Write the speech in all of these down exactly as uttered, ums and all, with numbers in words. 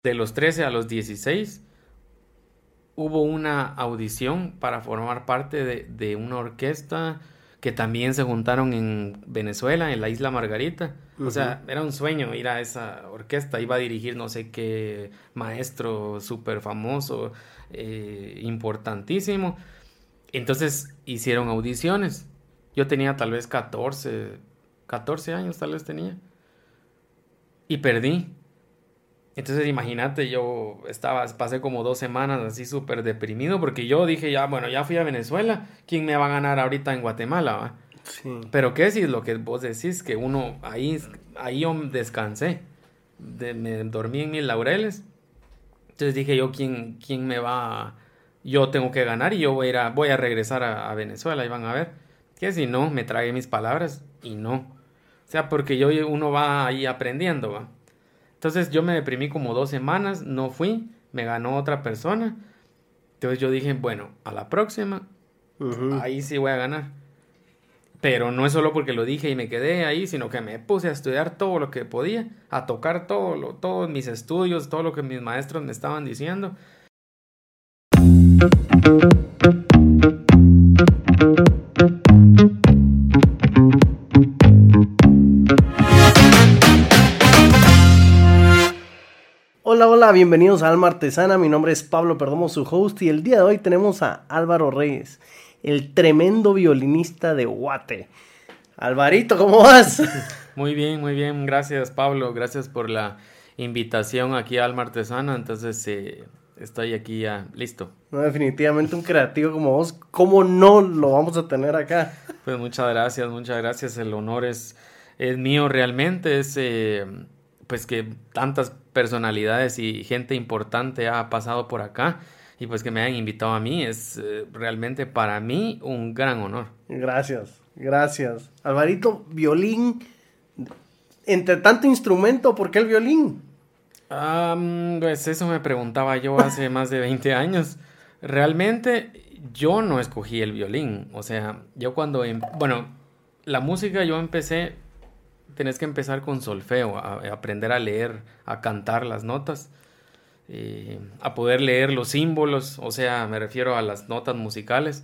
De los trece a los dieciséis hubo una audición para formar parte de, de una orquesta que también se juntaron en Venezuela, en la Isla Margarita. O Ujú. sea, era un sueño ir a esa orquesta. Iba a dirigir no sé qué maestro súper famoso, eh, importantísimo. Entonces hicieron audiciones. Yo tenía tal vez catorce catorce años tal vez tenía. Y perdí. Entonces imagínate, yo estaba, pasé como dos semanas así súper deprimido porque yo dije, ya, bueno, ya fui a Venezuela, ¿quién me va a ganar ahorita en Guatemala, va? Sí. Pero qué si lo que vos decís, que uno, ahí, ahí yo descansé, de- me dormí en mis laureles. Entonces dije yo, ¿quién, quién me va a- Yo tengo que ganar y yo voy a ir a, voy a regresar a, a Venezuela y van a ver. Que si no, me tragué mis palabras y no. O sea, porque yo, uno va ahí aprendiendo, va. Entonces yo me deprimí como dos semanas, no fui, me ganó otra persona. Entonces yo dije, bueno, a la próxima, Ujú. ahí sí voy a ganar. Pero no es solo porque lo dije y me quedé ahí, sino que me puse a estudiar todo lo que podía, a tocar todo lo, todos mis estudios, todo lo que mis maestros me estaban diciendo. Hola, hola, bienvenidos a Alma Artesana. Mi nombre es Pablo Perdomo, su host, y el día de hoy tenemos a Álvaro Reyes, el tremendo violinista de Guate. Alvarito, ¿cómo vas? Muy bien, muy bien, gracias Pablo, gracias por la invitación aquí a Alma Artesana. Entonces eh, estoy aquí ya listo. No, definitivamente un creativo como vos, ¿cómo no lo vamos a tener acá? Pues muchas gracias, muchas gracias. El honor es, es mío realmente. Es eh, pues que tantas personalidades y gente importante ha pasado por acá y pues que me hayan invitado a mí. Es eh, realmente para mí un gran honor. Gracias, gracias. Alvarito, violín, entre tanto instrumento, ¿por qué el violín? Ah, mm, pues eso me preguntaba yo hace más de veinte años. Realmente yo no escogí el violín. O sea, yo cuando... em- Bueno, la música yo empecé. Tenés que empezar con solfeo, a, a aprender a leer, a cantar las notas, eh, a poder leer los símbolos, o sea, me refiero a las notas musicales.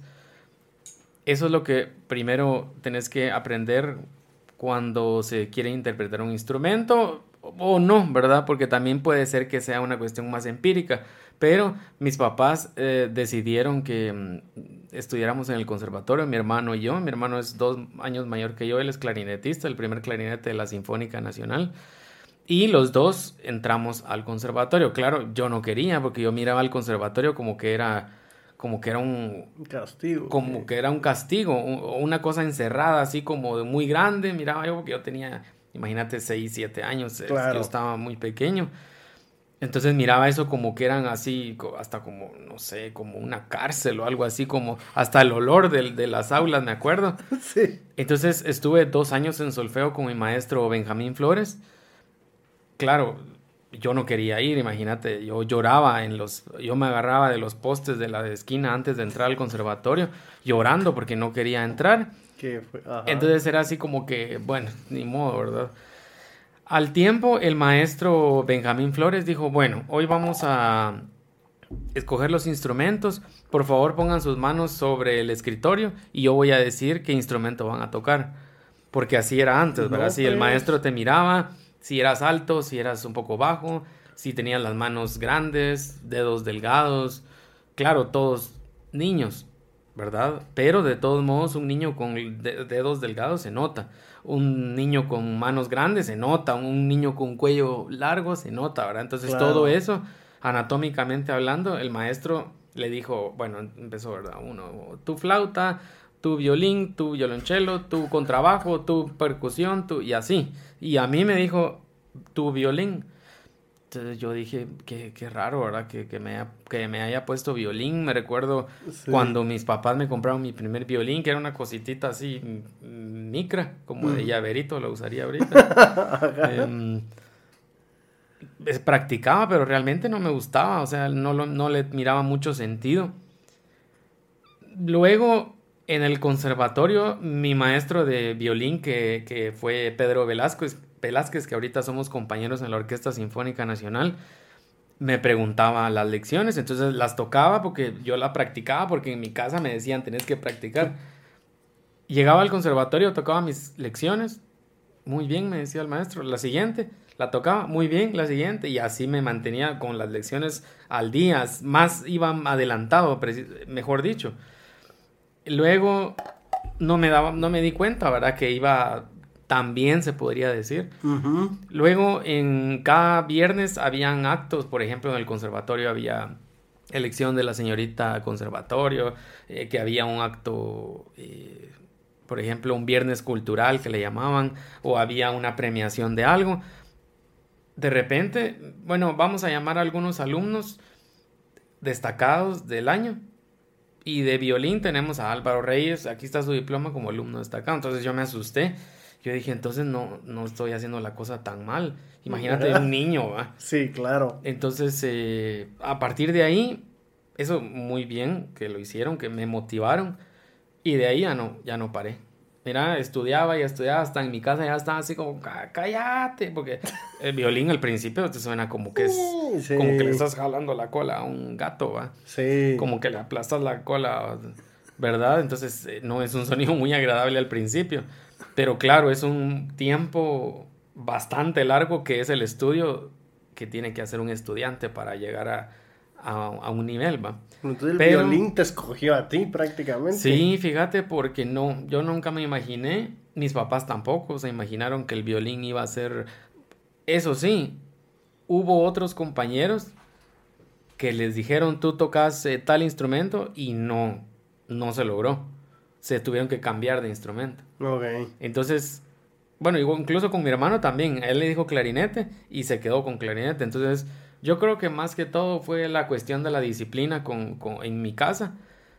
Eso es lo que primero tenés que aprender cuando se quiere interpretar un instrumento o no, ¿verdad? Porque también puede ser que sea una cuestión más empírica. Pero mis papás eh, decidieron que mm, estudiáramos en el conservatorio, mi hermano y yo. Mi hermano es dos años mayor que yo, él es clarinetista, el primer clarinete de la Sinfónica Nacional. Y los dos entramos al conservatorio. Claro, yo no quería porque yo miraba al conservatorio como que era, como que era un, Castigo, como ¿qué? que era un castigo, o una cosa encerrada, así como de muy grande, miraba yo, porque yo tenía, imagínate, seis siete años, es que yo Claro. estaba muy pequeño. Entonces miraba eso como que eran así, co- hasta como, no sé, como una cárcel o algo así, como hasta el olor del- de, las aulas, me acuerdo. Sí. Entonces estuve dos años en solfeo con mi maestro Benjamín Flores. Claro, yo no quería ir, imagínate, yo lloraba en los, yo me agarraba de los postes de la esquina antes de entrar al conservatorio, llorando porque no quería entrar. ¿Qué fue? Ajá. Entonces era así como que, bueno, ni modo, ¿verdad? Al tiempo, el maestro Benjamín Flores dijo, bueno, hoy vamos a escoger los instrumentos. Por favor, pongan sus manos sobre el escritorio y yo voy a decir qué instrumento van a tocar. Porque así era antes, ¿verdad? No, Si el maestro pues. te miraba, si eras alto, si eras un poco bajo, si tenías las manos grandes, dedos delgados. Claro, todos niños, ¿verdad? Pero de todos modos, un niño con de- dedos delgados se nota. Un niño con manos grandes se nota. Un niño con cuello largo se nota, ¿verdad? Entonces todo Claro. eso, anatómicamente hablando, el maestro le dijo, bueno, empezó, ¿verdad? Uno, tu flauta, tu violín, tu violonchelo, tu contrabajo, tu percusión, tu... y así. Y a mí me dijo, tu violín. Entonces yo dije, qué, qué raro, ¿verdad? Que, que, me haya, que me haya puesto violín. Me recuerdo Sí. cuando mis papás me compraron mi primer violín, que era una cositita así, mm, micra, como de Mm. llaverito, lo usaría ahorita. Em, es- practicaba, pero realmente no me gustaba, o sea, no, lo- no le miraba mucho sentido. Luego, en el conservatorio, mi maestro de violín, que, que fue Pedro Velázquez, Velázquez, que ahorita somos compañeros en la Orquesta Sinfónica Nacional, me preguntaba las lecciones, entonces las tocaba porque yo la practicaba, porque en mi casa me decían, tenés que practicar. Llegaba al conservatorio, tocaba mis lecciones, muy bien, me decía el maestro, la siguiente, la tocaba, muy bien, la siguiente, y así me mantenía con las lecciones al día, más iba adelantado, mejor dicho. Luego no me daba, no me di cuenta, ¿verdad? Que iba tan bien, se podría decir. Uh-huh. Luego, en cada viernes habían actos, por ejemplo, en el conservatorio había elección de la señorita conservatorio, eh, que había un acto, eh, por ejemplo, un viernes cultural que le llamaban, o había una premiación de algo. De repente, bueno, vamos a llamar a algunos alumnos destacados del año. Y de violín tenemos a Álvaro Reyes, aquí está su diploma como alumno destacado. Entonces yo me asusté. Yo dije, entonces no, no estoy haciendo la cosa tan mal. Imagínate un niño, ¿va? Sí, claro. Entonces, eh, a partir de ahí, eso muy bien que lo hicieron, que me motivaron. Y de ahí ya no, ya no paré. Mira, estudiaba y estudiaba, hasta en mi casa ya estaba así como, cállate, porque el violín al principio te suena como que es, sí. como que le estás jalando la cola a un gato, ¿va? Sí. Como que le aplastas la cola, ¿verdad? Entonces eh, no es un sonido muy agradable al principio, pero claro, es un tiempo bastante largo que es el estudio que tiene que hacer un estudiante para llegar a, a, a un nivel, ¿va? Entonces el Pero, violín te escogió a ti prácticamente. Sí, fíjate, porque no, yo nunca me imaginé, mis papás tampoco se imaginaron que el violín iba a ser... Eso sí, hubo otros compañeros que les dijeron, tú tocas eh, tal instrumento, y no, no se logró. Se tuvieron que cambiar de instrumento. Ok. Entonces, bueno, incluso con mi hermano también, él le dijo clarinete y se quedó con clarinete. Entonces, yo creo que más que todo fue la cuestión de la disciplina con, con, en mi casa.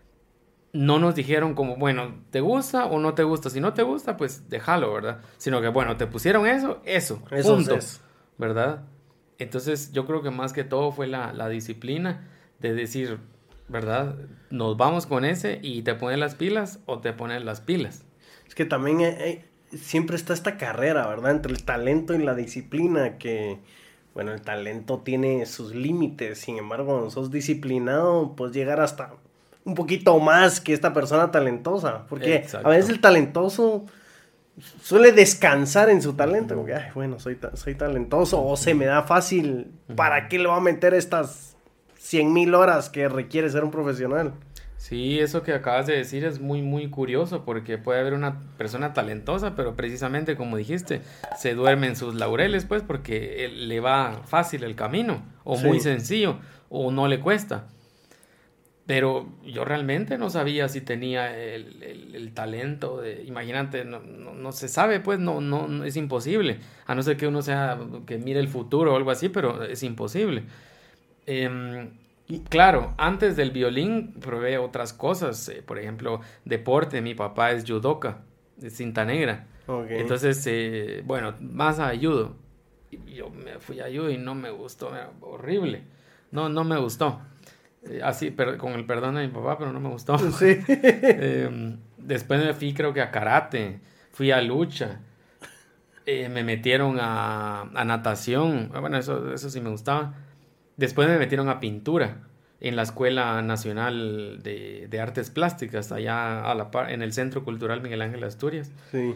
No nos dijeron como, bueno, ¿te gusta o no te gusta? Si no te gusta, pues déjalo, ¿verdad? Sino que, bueno, te pusieron eso, eso, Eso punto, es. ¿verdad? Entonces, yo creo que más que todo fue la, la disciplina de decir, ¿verdad? Nos vamos con ese y te pones las pilas o te pones las pilas. Es que también eh, eh, siempre está esta carrera, ¿verdad? Entre el talento y la disciplina, que, bueno, el talento tiene sus límites, sin embargo, cuando sos disciplinado, puedes llegar hasta un poquito más que esta persona talentosa, porque Exacto. A veces el talentoso suele descansar en su talento, como que, ay, bueno, soy, ta- soy talentoso, o se me da fácil, ¿para qué le voy a meter estas cien mil horas que requiere ser un profesional? Sí, eso que acabas de decir es muy, muy curioso, porque puede haber una persona talentosa, pero precisamente como dijiste, se duerme en sus laureles, pues, porque él, le va fácil el camino, o Sí. muy sencillo, o no le cuesta. Pero yo realmente no sabía si tenía el, el, el talento de, imagínate, no, no, no se sabe, pues, no, no, no, es imposible, a no ser que uno sea, que mire el futuro o algo así, pero es imposible. Eh, y claro, antes del violín probé otras cosas, eh, por ejemplo, deporte, mi papá es judoka, de cinta negra, Okay. entonces, eh, bueno, más a judo, y yo me fui a judo y no me gustó, era horrible, no, no me gustó. Eh, así, per- con el perdón de mi papá, pero no me gustó. Sí. Eh, después me fui, creo que a karate, fui a lucha, eh, me metieron a, a natación, ah, bueno, eso, eso sí me gustaba. Después me metieron a pintura en la Escuela Nacional de, de Artes Plásticas, allá a la par, en el Centro Cultural Miguel Ángel Asturias. Sí.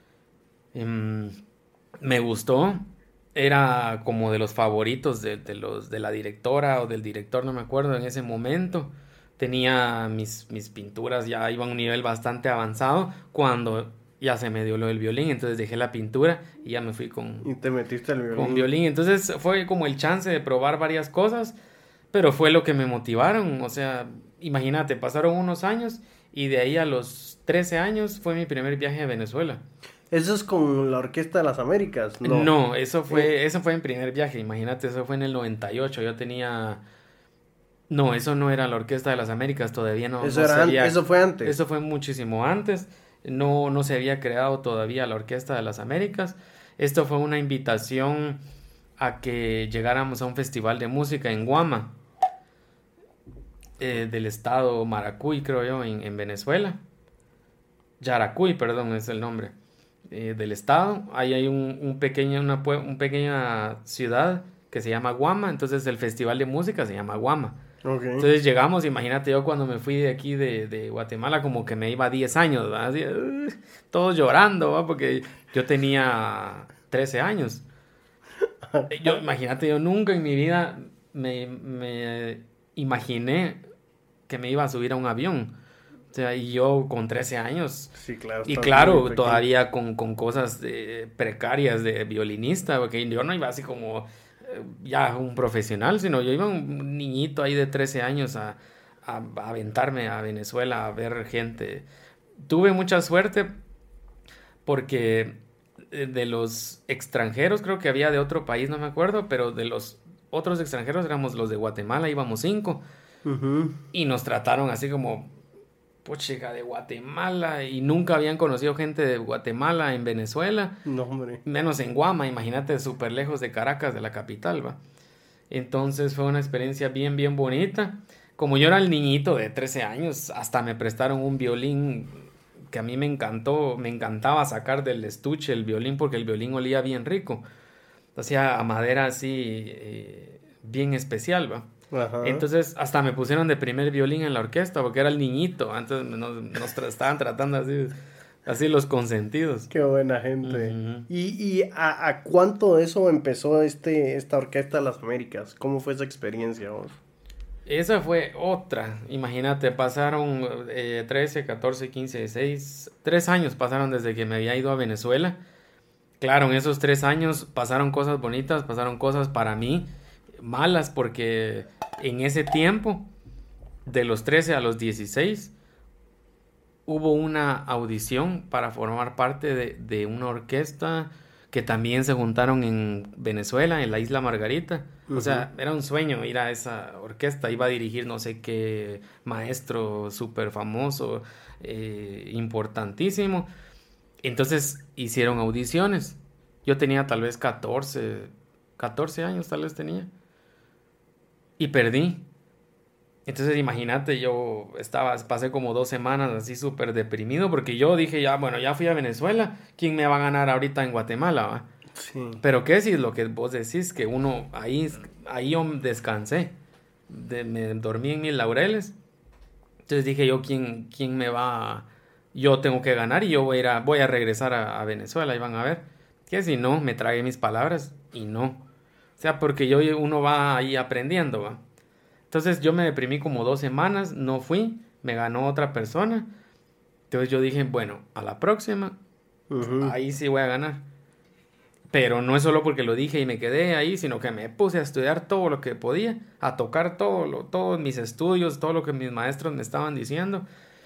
Eh, me gustó. Era como de los favoritos de, de, los, de la directora o del director, no me acuerdo, en ese momento. Tenía mis, mis pinturas, ya iban a un nivel bastante avanzado cuando ya se me dio lo del violín, entonces dejé la pintura y ya me fui con, Y te metiste al violín. con violín. Entonces fue como el chance de probar varias cosas, pero fue lo que me motivaron. O sea, imagínate, pasaron unos años y de ahí a los trece años fue mi primer viaje a Venezuela. Eso es con la Orquesta de las Américas, ¿no? No, eso fue, eso fue mi primer viaje, imagínate, eso fue en el noventa y ocho, yo tenía... No, eso no era la Orquesta de las Américas, todavía no, Eso, no era se an- había- eso fue antes. Eso fue muchísimo antes, no, no se había creado todavía la Orquesta de las Américas. Esto fue una invitación a que llegáramos a un festival de música en Guama, eh, del estado Maracuy, creo yo, en, en Venezuela. Yaracuy, perdón, es el nombre. Eh, del estado. Ahí hay un, un pequeño, una, pue- un pequeña ciudad que se llama Guama, entonces el festival de música se llama Guama. Okay. Entonces llegamos, imagínate yo cuando me fui de aquí de, de Guatemala como que me iba a diez años, ¿verdad? Así, uh, todos llorando, ¿verdad? Porque yo tenía trece años. Yo, imagínate, yo nunca en mi vida me, me imaginé que me iba a subir a un avión. O sea, y yo con trece años. Sí, claro. Y claro, todavía con, con cosas eh, precarias de violinista, porque yo no iba así como eh, ya un profesional, sino yo iba un niñito ahí de trece años a, a, a aventarme a Venezuela a ver gente. Tuve mucha suerte porque de los extranjeros, creo que había de otro país, no me acuerdo, pero de los otros extranjeros éramos los de Guatemala, íbamos cinco. Uh-huh. Y nos trataron así como, puchica, de Guatemala, y nunca habían conocido gente de Guatemala en Venezuela. No, hombre. Menos en Guama, imagínate, súper lejos de Caracas, de la capital, ¿va? Entonces fue una experiencia bien, bien bonita. Como yo era el niñito de trece años, hasta me prestaron un violín que a mí me encantó, me encantaba sacar del estuche el violín porque el violín olía bien rico. Hacía a madera así, eh, bien especial, ¿va? Ajá. Entonces hasta me pusieron de primer violín en la orquesta porque era el niñito. Antes nos, nos tra- estaban tratando así, así los consentidos. Qué buena gente. Uh-huh. ¿Y, y a, a cuánto de eso empezó este, esta Orquesta de las Américas? ¿Cómo fue esa experiencia vos? Esa fue otra, imagínate, pasaron eh, trece, catorce, quince, dieciséis, tres años pasaron desde que me había ido a Venezuela. Claro, en esos tres años pasaron cosas bonitas, pasaron cosas para mí malas, porque en ese tiempo, de los trece a los dieciséis, hubo una audición para formar parte de, de una orquesta que también se juntaron en Venezuela, en la Isla Margarita. Uh-huh. O sea, era un sueño ir a esa orquesta. Iba a dirigir no sé qué maestro súper famoso, eh, importantísimo. Entonces hicieron audiciones. Yo tenía tal vez catorce, catorce años tal vez tenía. Y perdí. Entonces imagínate, yo estaba, pasé como dos semanas así súper deprimido porque yo dije, ya, bueno, ya fui a Venezuela, ¿quién me va a ganar ahorita en Guatemala? ¿Va? Sí. Pero qué si lo que vos decís, que uno, ahí, ahí yo descansé, de, me dormí en mis laureles. Entonces dije yo, ¿quién, quién me va a... Yo tengo que ganar y yo voy a, ir a, voy a regresar a, a Venezuela y van a ver. Que si no, me tragué mis palabras y no. O sea, porque yo, uno va ahí aprendiendo, ¿va? Entonces yo me deprimí como dos semanas, no fui, me ganó otra persona. Entonces yo dije, bueno, a la próxima, uh-huh. ahí sí voy a ganar. Pero no es solo porque lo dije y me quedé ahí, sino que me puse a estudiar todo lo que podía, a tocar todo lo, todos mis estudios, todo lo que mis maestros me estaban diciendo.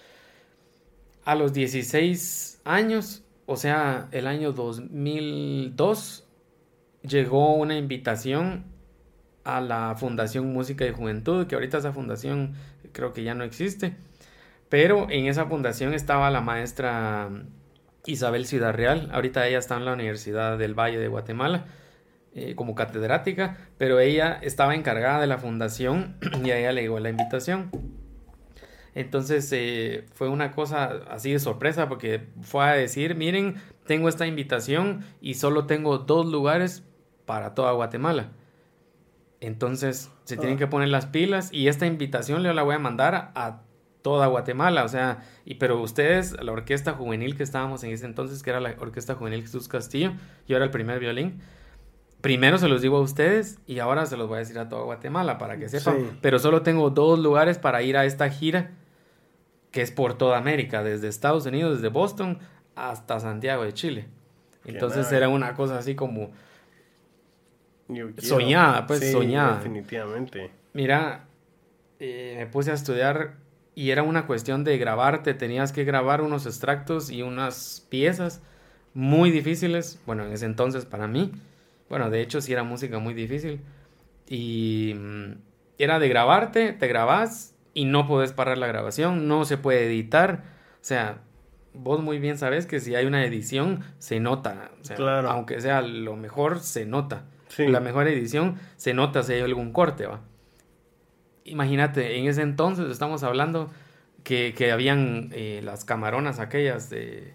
A los dieciséis años, o sea, el año dos mil dos, llegó una invitación a la Fundación Música y Juventud, que ahorita esa fundación creo que ya no existe, pero en esa fundación estaba la maestra Isabel Ciudad Real. Ahorita ella está en la Universidad del Valle de Guatemala eh, como catedrática, pero ella estaba encargada de la fundación y a ella le llegó la invitación. Entonces eh, fue una cosa así de sorpresa porque fue a decir, miren, tengo esta invitación y solo tengo dos lugares para toda Guatemala. Entonces se tienen que poner las pilas y esta invitación yo la voy a mandar a toda Guatemala, o sea, y pero ustedes, la orquesta juvenil que estábamos en ese entonces, que era la Orquesta Juvenil Jesús Castillo, yo era el primer violín, primero se los digo a ustedes y ahora se los voy a decir a toda Guatemala para que sepan, sí. Pero solo tengo dos lugares para ir a esta gira que es por toda América, desde Estados Unidos, desde Boston hasta Santiago de Chile. Entonces era una cosa así como soñada, pues sí, soñada. Definitivamente. Mira, eh, me puse a estudiar y era una cuestión de grabarte, tenías que grabar unos extractos y unas piezas muy difíciles, bueno, en ese entonces para mí, bueno, de hecho sí era música muy difícil, y mm, era de grabarte, te grabas y no podés parar la grabación, no se puede editar, o sea, vos muy bien sabes que si hay una edición se nota, o sea, claro. Aunque sea lo mejor se nota. Sí. La mejor edición se nota si hay algún corte, ¿va? Imagínate, en ese entonces estamos hablando que, que habían eh, las camaronas aquellas de...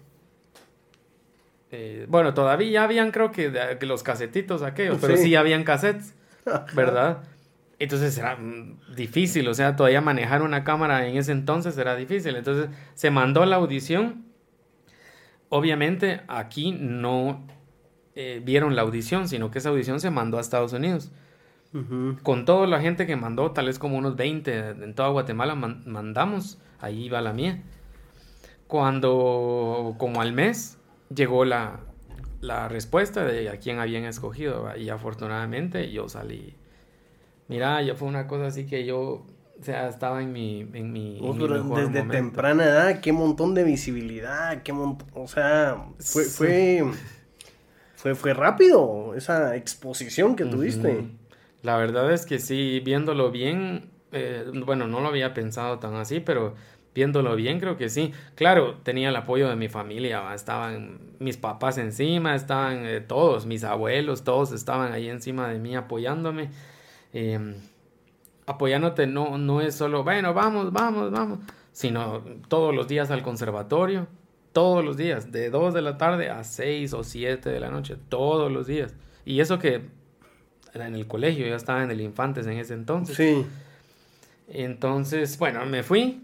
Eh, bueno, todavía habían creo que, de, que los casetitos aquellos, pero sí. sí habían cassettes. ¿verdad? Entonces era difícil, o sea, todavía manejar una cámara en ese entonces era difícil. Entonces se mandó la audición. Obviamente aquí no eh, vieron la audición, sino que esa audición se mandó a Estados Unidos. Uh-huh. Con toda la gente que mandó, tal vez como unos veinte en toda Guatemala man- mandamos, ahí iba la mía. Cuando, como al mes, llegó la, la respuesta de a quién habían escogido, ¿va? Y afortunadamente yo salí. Mira, yo fue una cosa así que yo, o sea, estaba en mi, en mi, oh, en mi mejor desde momento. temprana edad, qué montón de visibilidad, qué montón, o sea, fue, sí. fue, fue, fue rápido esa exposición que uh-huh. tuviste. La verdad es que sí, viéndolo bien, eh, bueno, no lo había pensado tan así, pero viéndolo bien creo que sí. Claro, tenía el apoyo de mi familia, ¿va? Estaban mis papás encima, estaban eh, todos, mis abuelos, todos estaban ahí encima de mí apoyándome. Eh, apoyándote no, no es solo, bueno, vamos, vamos, vamos, sino todos los días al conservatorio, todos los días, de dos de la tarde a seis o siete de la noche, todos los días. Y eso que era en el colegio, yo estaba en el Infantes en ese entonces. Sí. Entonces, bueno, me fui.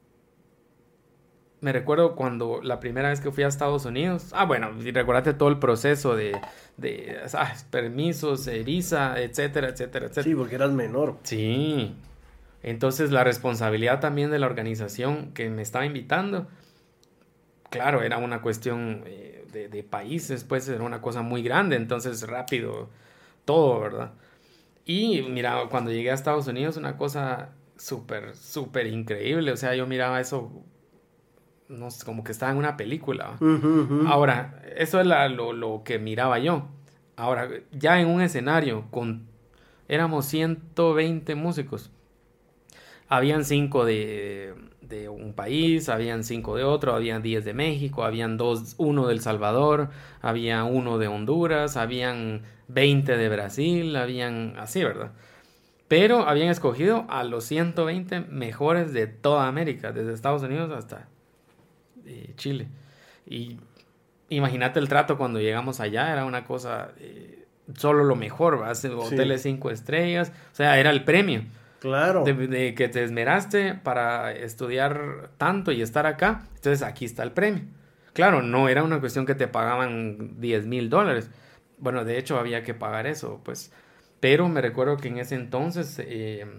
Me recuerdo cuando la primera vez que fui a Estados Unidos. Ah, bueno, y recordate todo el proceso de, de ah, permisos, eh, visa, etcétera, etcétera, etcétera. Sí, porque eras menor. Sí. Entonces la responsabilidad también de la organización que me estaba invitando, claro, era una cuestión eh, de, de países, pues era una cosa muy grande, entonces rápido todo, ¿verdad? Y mira, cuando llegué a Estados Unidos, una cosa súper, súper increíble, o sea, yo miraba eso, no sé, como que estaba en una película. Uh-huh, uh-huh. Ahora, eso es la, lo, lo que miraba yo. Ahora, ya en un escenario, con éramos ciento veinte músicos. Habían cinco de, de un país, habían cinco de otro, habían diez de México, habían dos, uno de El Salvador, había uno de Honduras, habían veinte de Brasil, habían así, ¿verdad? Pero habían escogido a los ciento veinte mejores de toda América, desde Estados Unidos hasta eh, Chile. Y imagínate el trato cuando llegamos allá, era una cosa, eh, solo lo mejor, ¿verdad? Hoteles sí. cinco estrellas, o sea, era el premio. Claro. De, de que te esmeraste para estudiar tanto y estar acá, entonces aquí está el premio. Claro, no era una cuestión que te pagaban diez mil dólares. Bueno, de hecho había que pagar eso, pues. Pero me recuerdo que en ese entonces eh,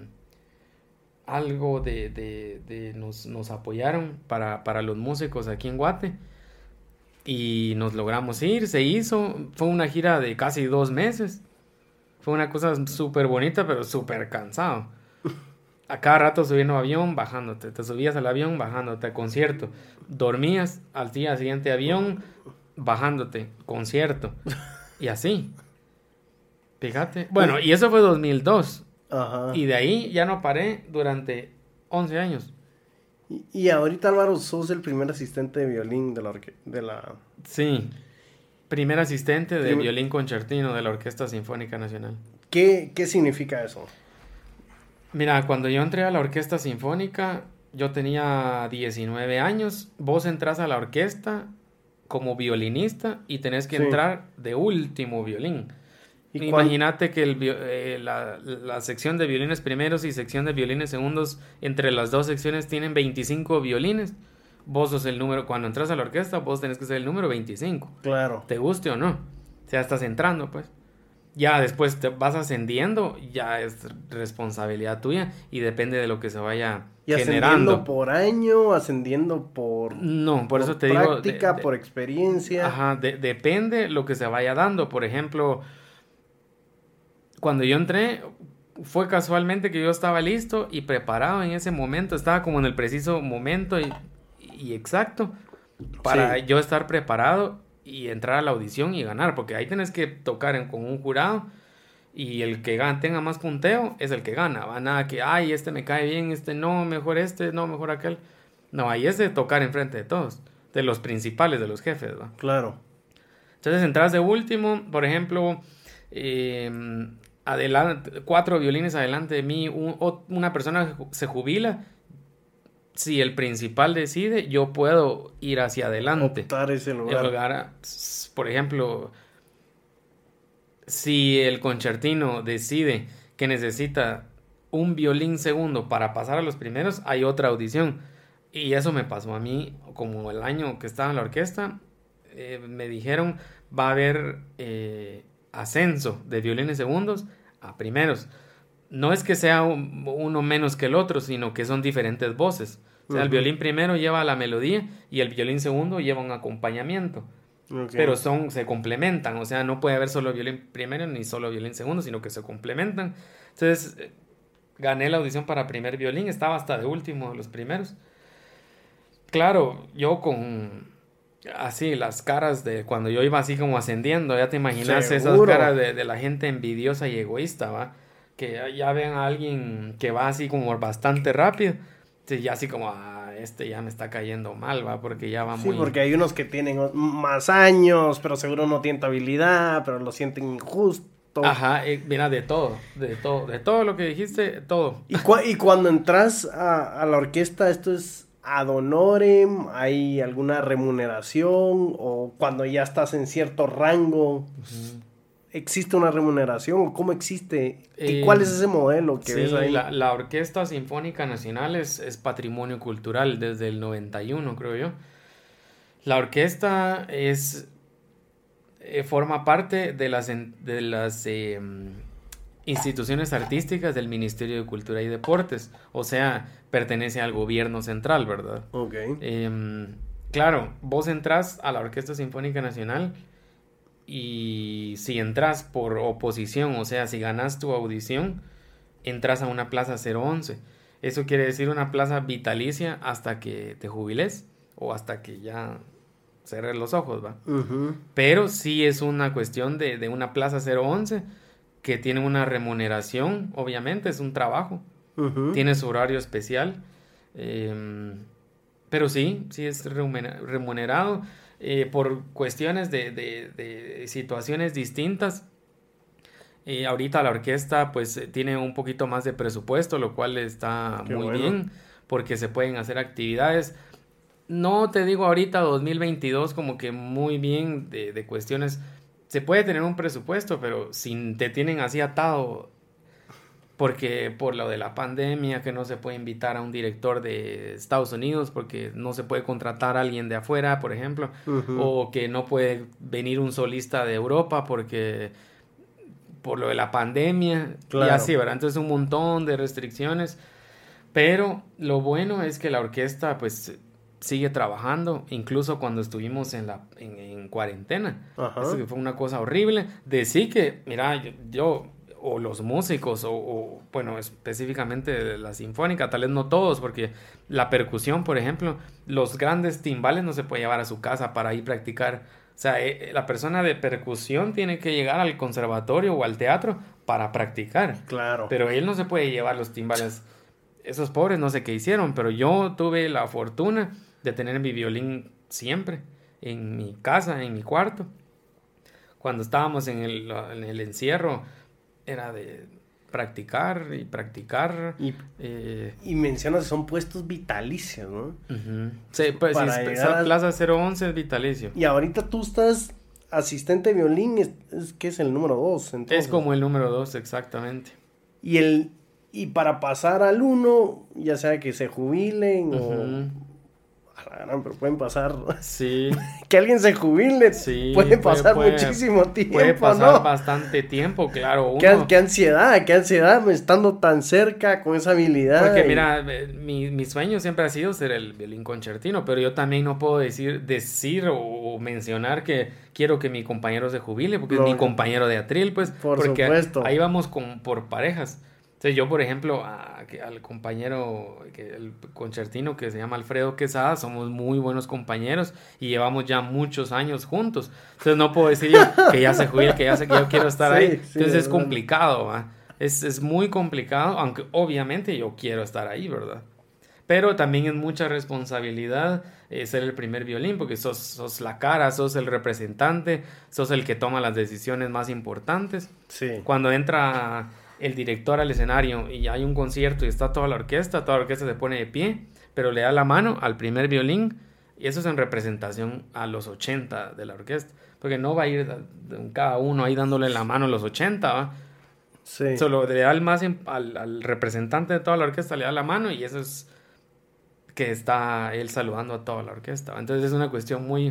algo de, de, de nos, nos apoyaron para, para los músicos aquí en Guate. Y nos logramos ir, se hizo. Fue una gira de casi dos meses. Fue una cosa súper bonita, pero súper cansado. A cada rato subiendo avión, bajándote. Te subías al avión, bajándote a concierto. Dormías al día siguiente avión, bajándote, concierto. Y así. Fíjate. Bueno, y eso fue dos mil dos. Ajá. Y de ahí ya no paré durante once años. Y, y ahorita, Álvaro, sos el primer asistente de violín de la... Orque- de la... Sí. Primer asistente de Prim- violín concertino de la Orquesta Sinfónica Nacional. ¿Qué, qué significa eso? Mira, cuando yo entré a la Orquesta Sinfónica, yo tenía diecinueve años. Vos entras a la orquesta como violinista y tenés que sí. entrar de último violín. Imagínate que el, eh, la, la sección de violines primeros y sección de violines segundos, entre las dos secciones tienen veinticinco violines. Vos sos el número, cuando entras a la orquesta, vos tenés que ser el número veinticinco. Claro. Te guste o no. O sea, estás entrando, pues. Ya después te vas ascendiendo, ya es responsabilidad tuya y depende de lo que se vaya y generando. Ascendiendo por año, ascendiendo por... No, por, por eso te práctica, digo... Práctica, por experiencia. Ajá, de, depende lo que se vaya dando. Por ejemplo, cuando yo entré, fue casualmente que yo estaba listo y preparado en ese momento. Estaba como en el preciso momento y, y exacto para sí. yo estar preparado y entrar a la audición y ganar, porque ahí tenés que tocar en, con un jurado y el que gana, tenga más punteo es el que gana. Va nada que, ay, este me cae bien, este no, mejor este, no, mejor aquel. No, ahí es de tocar enfrente de todos, de los principales, de los jefes, ¿va? Claro. Entonces entras de último, por ejemplo, eh, adelante, cuatro violines adelante de mí, un, una persona se jubila. Si el principal decide, yo puedo ir hacia adelante. Optar ese lugar. lugar. Por ejemplo, si el concertino decide que necesita un violín segundo para pasar a los primeros, hay otra audición. Y eso me pasó a mí, como el año que estaba en la orquesta, eh, me dijeron, va a haber eh, ascenso de violines segundos a primeros. No es que sea un, uno menos que el otro, sino que son diferentes voces. O sea, uh-huh. el violín primero lleva la melodía y el violín segundo lleva un acompañamiento. Okay. Pero son, se complementan, o sea, no puede haber solo violín primero ni solo violín segundo, sino que se complementan. Entonces, eh, gané la audición para primer violín, estaba hasta de último de los primeros. Claro, yo con así las caras de cuando yo iba así como ascendiendo, ya te imaginas ¿Seguro? Esas caras de, de la gente envidiosa y egoísta, ¿va? Que ya ven a alguien que va así como bastante rápido, y ya así como, ah, este ya me está cayendo mal, ¿va? Porque ya va sí, muy... Sí, porque hay unos que tienen más años, pero seguro no tienen habilidad, pero lo sienten injusto. Ajá, eh, mira, de todo, de todo, de todo lo que dijiste, todo. Y, cu- y cuando entras a, a la orquesta, ¿esto es ad honorem? ¿Hay alguna remuneración? ¿O cuando ya estás en cierto rango, uh-huh. existe una remuneración? ¿O cómo existe? ¿Y eh, cuál es ese modelo que sí, ves ahí? La, la Orquesta Sinfónica Nacional es, es patrimonio cultural desde el noventa y uno, creo yo. La orquesta es... Eh, forma parte de las, de las eh, instituciones artísticas del Ministerio de Cultura y Deportes, o sea, pertenece al gobierno central, ¿verdad? Ok. Eh, claro, vos entras a la Orquesta Sinfónica Nacional y si entras por oposición, o sea, si ganas tu audición, entras a una plaza cero once. Eso quiere decir una plaza vitalicia hasta que te jubiles o hasta que ya... cerrar los ojos, ¿va? Uh-huh. Pero sí es una cuestión de, de una plaza cero once que tiene una remuneración, obviamente, es un trabajo. Uh-huh. Tiene su horario especial. Eh, pero sí, sí es remunerado eh, por cuestiones de, de, de situaciones distintas. Eh, ahorita la orquesta pues tiene un poquito más de presupuesto, lo cual está Qué muy bueno. bien, porque se pueden hacer actividades. No te digo ahorita dos mil veintidós como que muy bien de, de cuestiones. Se puede tener un presupuesto, pero si te tienen así atado, porque por lo de la pandemia, que no se puede invitar a un director de Estados Unidos, porque no se puede contratar a alguien de afuera, por ejemplo, uh-huh. o que no puede venir un solista de Europa, porque por lo de la pandemia, claro. y así, ¿verdad? Entonces un montón de restricciones, pero lo bueno es que la orquesta, pues... sigue trabajando, incluso cuando estuvimos en la en, en cuarentena. Ajá. Eso que fue una cosa horrible. Decir que, mira, yo, yo o los músicos, o, o bueno, específicamente la sinfónica, tal vez no todos, porque la percusión, por ejemplo, los grandes timbales no se puede llevar a su casa para ir practicar. O sea, eh, la persona de percusión tiene que llegar al conservatorio o al teatro para practicar. Claro. Pero él no se puede llevar los timbales. Esos pobres no sé qué hicieron, pero yo tuve la fortuna de tener mi violín siempre en mi casa, en mi cuarto. Cuando estábamos en el, en el encierro, era de practicar y practicar. Y, eh, y mencionas que son puestos vitalicios, ¿no? Uh-huh. Sí, pues sí, esa a... plaza cero once es vitalicio. Y ahorita tú estás asistente de violín, es, es que es el número dos. Entonces. Es como el número dos, exactamente. Y el y para pasar al uno, ya sea que se jubilen uh-huh. o... pero pueden pasar... Sí. que alguien se jubile. Sí. Puede pasar puede, muchísimo tiempo, Puede pasar ¿no? bastante tiempo, claro. Uno... ¿Qué, qué ansiedad, qué ansiedad estando tan cerca con esa habilidad. Porque y... mira, mi, mi sueño siempre ha sido ser el violín concertino, pero yo también no puedo decir, decir o mencionar que quiero que mi compañero se jubile, porque no, es mi compañero de atril, pues. Por porque supuesto. Ahí vamos con, por parejas. Entonces yo, por ejemplo, a, al compañero, que, el concertino que se llama Alfredo Quesada, somos muy buenos compañeros y llevamos ya muchos años juntos. Entonces no puedo decir yo que ya se jubile, que ya sé que yo quiero estar sí, ahí. Entonces sí, es bueno. complicado, ¿va? Es, es muy complicado, aunque obviamente yo quiero estar ahí, ¿verdad? Pero también es mucha responsabilidad eh, ser el primer violín, porque sos, sos la cara, sos el representante, sos el que toma las decisiones más importantes. Sí. Cuando entra... el director al escenario y hay un concierto y está toda la orquesta, toda la orquesta se pone de pie, pero le da la mano al primer violín Y eso es en representación a los ochenta de la orquesta. Porque no va a ir cada uno ahí dándole la mano a los ochenta, ¿va? Sí. Solo le da al, más, al, al representante de toda la orquesta, le da la mano y eso es que está él saludando a toda la orquesta. Entonces es una cuestión muy,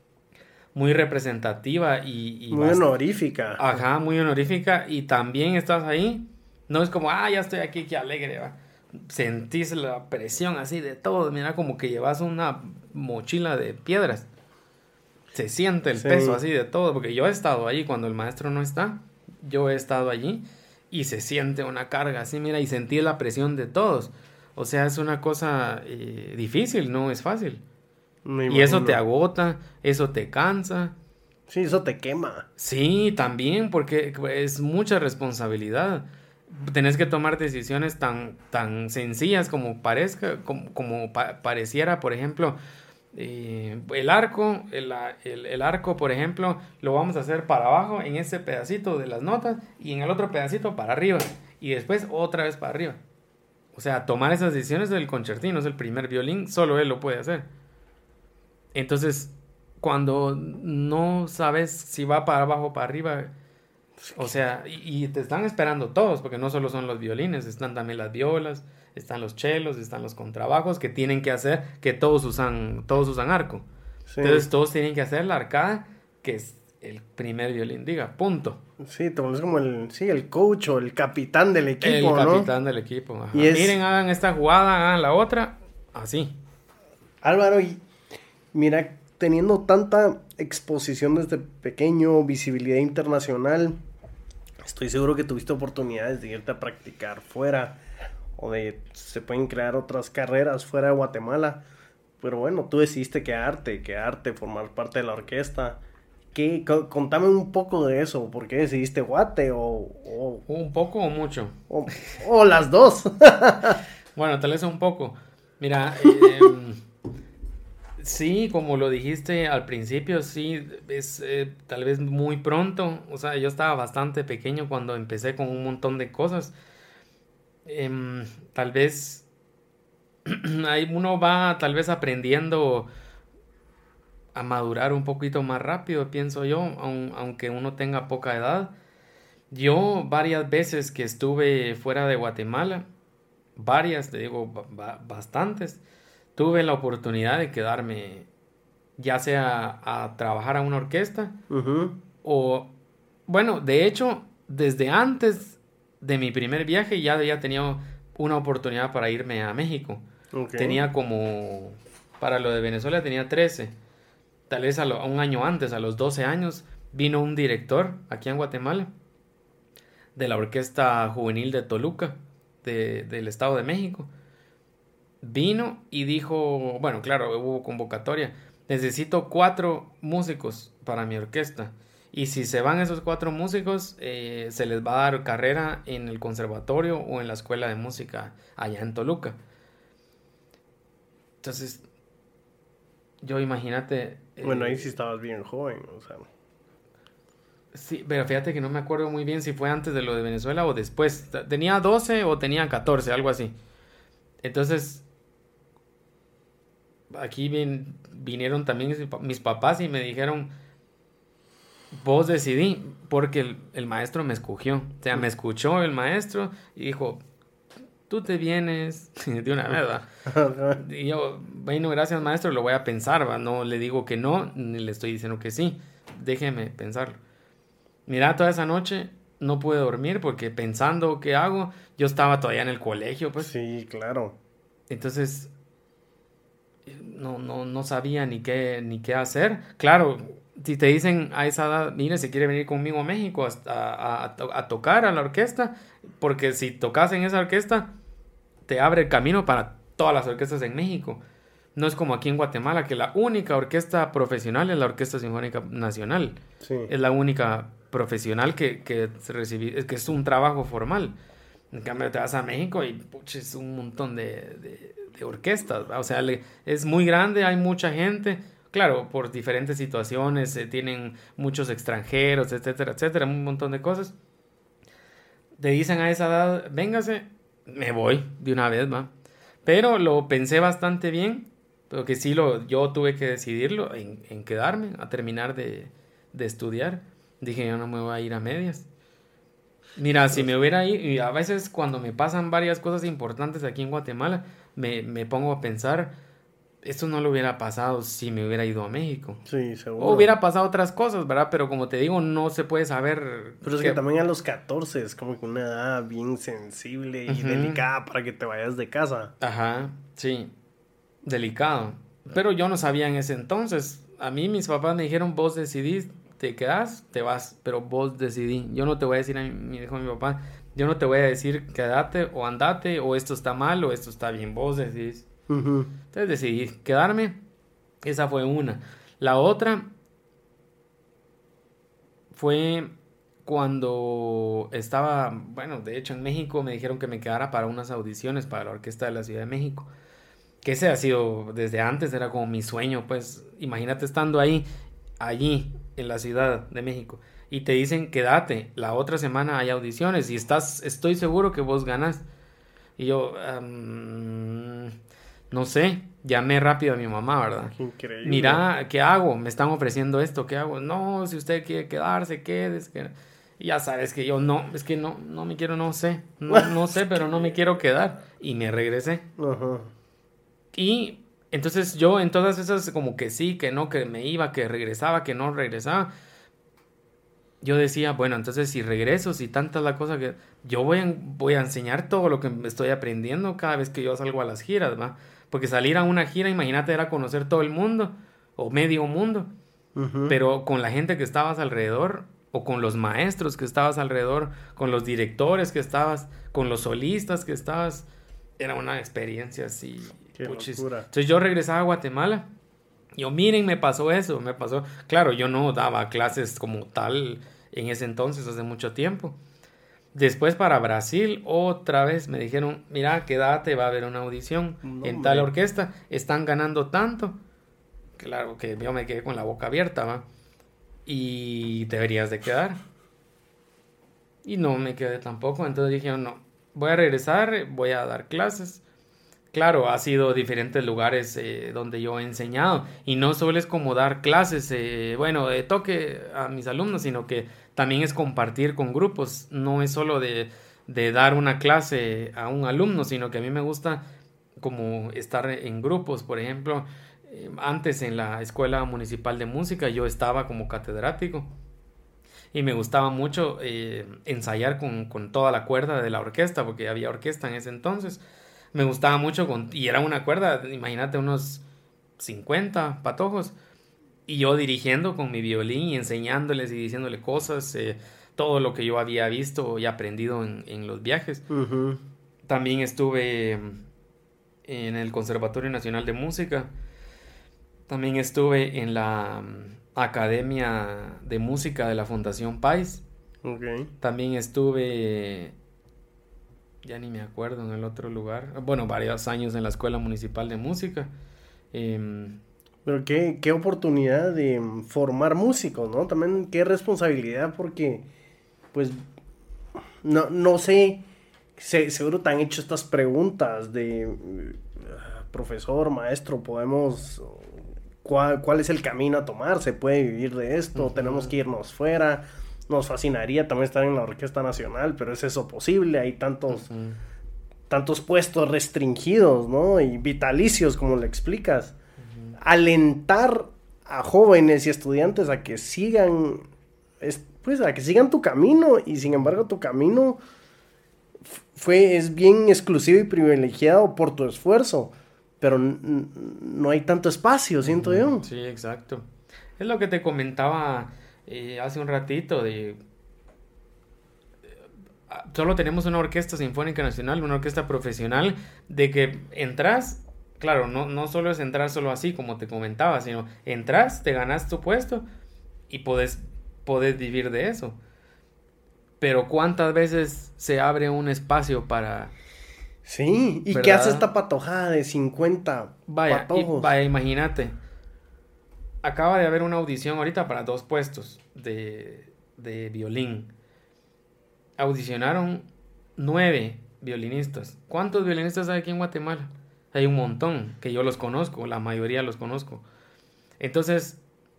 muy representativa y... y muy bast- honorífica. Ajá, muy honorífica. Y también estás ahí. No es como, ah, ya estoy aquí, qué alegre, ¿va? Sentís la presión así de todo. Mira, como que llevas una mochila de piedras. Se siente el Sí. peso así de todo. Porque yo he estado allí cuando el maestro no está. Yo he estado allí y se siente una carga así, mira, y sentí la presión de todos. O sea, es una cosa eh, difícil, no es fácil. Me Y eso imagino. te agota, eso te cansa. Sí, eso te quema. Sí, también, porque es mucha responsabilidad. Tenés que tomar decisiones tan, tan sencillas como parezca, como, como pa- pareciera, por ejemplo, eh, el arco, el, el- el arco, por ejemplo, lo vamos a hacer para abajo en ese pedacito de las notas y en el otro pedacito para arriba y después otra vez para arriba. O sea, tomar esas decisiones del concertino es el primer violín, solo él lo puede hacer. Entonces, cuando no sabes si va para abajo o para arriba, o sea, y, y te están esperando todos, porque no solo son los violines, están también las violas, están los chelos, están los contrabajos que tienen que hacer, que todos usan, todos usan arco. Sí. Entonces todos tienen que hacer la arcada, que es el primer violín, diga, punto. Sí, te pones como el, sí, el coach o el capitán del El equipo, ¿no? capitán del equipo. Ajá. Y es- Miren, hagan esta jugada, hagan la otra, así. Álvaro, y mira, teniendo tanta exposición desde pequeño, visibilidad internacional, estoy seguro que tuviste oportunidades de irte a practicar fuera o de se pueden crear otras carreras fuera de Guatemala. Pero bueno, tú decidiste quedarte, quedarte, formar parte de la orquesta. ¿Qué? Co- Contame un poco de eso. ¿Por qué decidiste Guate o, o, Un poco o mucho. o, o las dos? Bueno, tal vez un poco. Mira, eh, em, sí, como lo dijiste al principio, sí, es eh, tal vez muy pronto. O sea, yo estaba bastante pequeño cuando empecé con un montón de cosas. Em, tal vez ahí uno va tal vez aprendiendo a madurar un poquito más rápido, pienso yo, aun- aunque uno tenga poca edad. Yo varias veces que estuve fuera de Guatemala, varias, te digo, ba- ba- bastantes, tuve la oportunidad de quedarme ya sea a trabajar a una orquesta Ujú. o, bueno, de hecho, desde antes de mi primer viaje ya había tenido una oportunidad para irme a México. Ok. Tenía como, para lo de Venezuela tenía trece. Tal vez a, lo- a un año antes, a los doce años, vino un director aquí en Guatemala de la Orquesta Juvenil de Toluca, de- del Estado de México. Vino y dijo, bueno, claro, hubo convocatoria. Necesito cuatro músicos para mi orquesta. Y si se van esos cuatro músicos, eh, se les va a dar carrera en el conservatorio o en la escuela de música allá en Toluca. Entonces, yo imagínate... eh, Bueno, ahí sí estabas bien joven, o sea. Sí, pero fíjate que no me acuerdo muy bien si fue antes de lo de Venezuela o después. T- Tenía doce o tenía catorce, algo así. Entonces, aquí vin- vinieron también mis pa- mis papás y me dijeron, vos decidí, porque el, el maestro me escogió. O sea, me escuchó el maestro y dijo, tú te vienes de una vez, ¿va? Y yo, bueno, gracias maestro, lo voy a pensar, ¿va? No le digo que no, ni le estoy diciendo que sí. Déjeme pensarlo. Mira, toda esa noche no pude dormir porque pensando qué hago, yo estaba todavía en el colegio, pues. Sí, claro. Entonces, no, no, no sabía ni qué, ni qué hacer. Claro, si te dicen a esa edad, mire, si quiere venir conmigo a México a, a- a to- a tocar a la orquesta, porque si tocas en esa orquesta, te abre el camino para todas las orquestas en México. No es como aquí en Guatemala, que la única orquesta profesional es la Orquesta Sinfónica Nacional. Sí. Es la única profesional que, que, se recibe, es que es un trabajo formal. En cambio, te vas a México y puch, es un montón de, de, de orquestas, ¿va? O sea, le- es muy grande, hay mucha gente. Claro, por diferentes situaciones, eh, tienen muchos extranjeros, etcétera, etcétera, un montón de cosas. Te dicen a esa edad, véngase, me voy de una vez, va. Pero lo pensé bastante bien Pero que sí, lo, yo tuve que decidirlo en, en quedarme a terminar de, de estudiar. Dije, yo no me voy a ir a medias. Mira, si me hubiera ido, y a veces cuando me pasan varias cosas importantes aquí en Guatemala, me, me pongo a pensar, esto no lo hubiera pasado si me hubiera ido a México. Sí, seguro. O hubiera pasado otras cosas, ¿verdad? Pero como te digo, no se puede saber. Pero es que, que también a los catorce es como que una edad bien sensible y uh-huh. delicada para que te vayas de casa. Ajá, sí, delicado. Pero yo no sabía en ese entonces. A mí mis papás me dijeron, vos decidís, te quedás, te vas, pero vos decidí. Yo no te voy a decir, a mi, dijo mi papá, yo no te voy a decir quédate o andate, o esto está mal o esto está bien, vos decidís. Uh-huh. Entonces decidí quedarme. Esa fue una. La otra fue cuando estaba, bueno, de hecho en México me dijeron que me quedara para unas audiciones para la Orquesta de la Ciudad de México. Que ese ha sido desde antes, era como mi sueño, pues imagínate estando ahí, allí, en la Ciudad de México, y te dicen quédate, la otra semana hay audiciones y estás, estoy seguro que vos ganas. Y yo, um, no sé, llamé rápido a mi mamá, ¿verdad? Qué increíble. Mira, ¿qué hago? Me están ofreciendo esto, ¿qué hago? No, si usted quiere quedarse, quédese. Que... Y ya sabes que yo no, es que no, no me quiero, no sé, no, no sé, pero no me quiero quedar. Y me regresé. Uh-huh. Y entonces yo en todas esas como que sí, que no, que me iba, que regresaba, que no regresaba. Yo decía, bueno, entonces si regreso, si tanta es la cosa que... Yo voy a, voy a enseñar todo lo que estoy aprendiendo cada vez que yo salgo a las giras, ¿va? Porque salir a una gira, imagínate, era conocer todo el mundo, o medio mundo. Uh-huh. Pero con la gente que estabas alrededor, o con los maestros que estabas alrededor, con los directores que estabas, con los solistas que estabas, era una experiencia así. Qué puchis. locura. Entonces yo regresaba a Guatemala. Yo, miren, me pasó eso, me pasó. Claro, yo no daba clases como tal en ese entonces, hace mucho tiempo. Después para Brasil, otra vez me dijeron, mira, quédate, va a haber una audición no, en tal orquesta, están ganando tanto. Claro que yo me quedé con la boca abierta, ¿va? Y deberías de quedar. Y no me quedé tampoco, entonces dije, no, voy a regresar, voy a dar clases. Claro, ha sido diferentes lugares eh, donde yo he enseñado y no solo es como dar clases, eh, bueno, de toque a mis alumnos, sino que también es compartir con grupos, no es solo de, de dar una clase a un alumno, sino que a mí me gusta como estar en grupos. Por ejemplo, eh, antes en la Escuela Municipal de Música yo estaba como catedrático y me gustaba mucho eh, ensayar con, con toda la cuerda de la orquesta, porque había orquesta en ese entonces. Me gustaba mucho, con, y era una cuerda, imagínate, unos cincuenta patojos. Y yo dirigiendo con mi violín y enseñándoles y diciéndole cosas, eh, todo lo que yo había visto y aprendido en, en los viajes. Uh-huh. También estuve en el Conservatorio Nacional de Música. También estuve en la Academia de Música de la Fundación Pais. Okay. También estuve... ya ni me acuerdo en el otro lugar, bueno, varios años en la Escuela Municipal de Música. Eh, Pero qué, qué oportunidad de formar músicos, ¿no? También qué responsabilidad, porque, pues, no, no sé, se, seguro te han hecho estas preguntas de, uh, profesor, maestro, podemos, ¿cuál, cuál es el camino a tomar? ¿Se puede vivir de esto? Uh-huh. ¿Tenemos que irnos fuera? Nos fascinaría también estar en la Orquesta Nacional, pero ¿es eso posible? Hay tantos, uh-huh. tantos puestos restringidos, ¿no? Y vitalicios, como le explicas. Uh-huh. Alentar a jóvenes y estudiantes a que sigan, es, pues, a que sigan tu camino, y sin embargo tu camino fue, es bien exclusivo y privilegiado por tu esfuerzo, pero n- no hay tanto espacio, siento uh-huh. yo. Sí, exacto. Es lo que te comentaba... Eh, hace un ratito de eh, solo tenemos una orquesta sinfónica nacional, una orquesta profesional, de que entras, claro, no, no solo es entrar solo así como te comentaba, sino entras, te ganas tu puesto y podés, podés vivir de eso. Pero ¿cuántas veces se abre un espacio para... Sí, ¿y ¿verdad? ¿Qué hace esta patojada de cincuenta vaya, patojos? Y, vaya, imagínate. Acaba de haber una audición ahorita para dos puestos de, de violín. Audicionaron nueve violinistas. ¿Cuántos violinistas hay aquí en Guatemala? Hay un montón que yo los conozco, la mayoría los conozco. Entonces,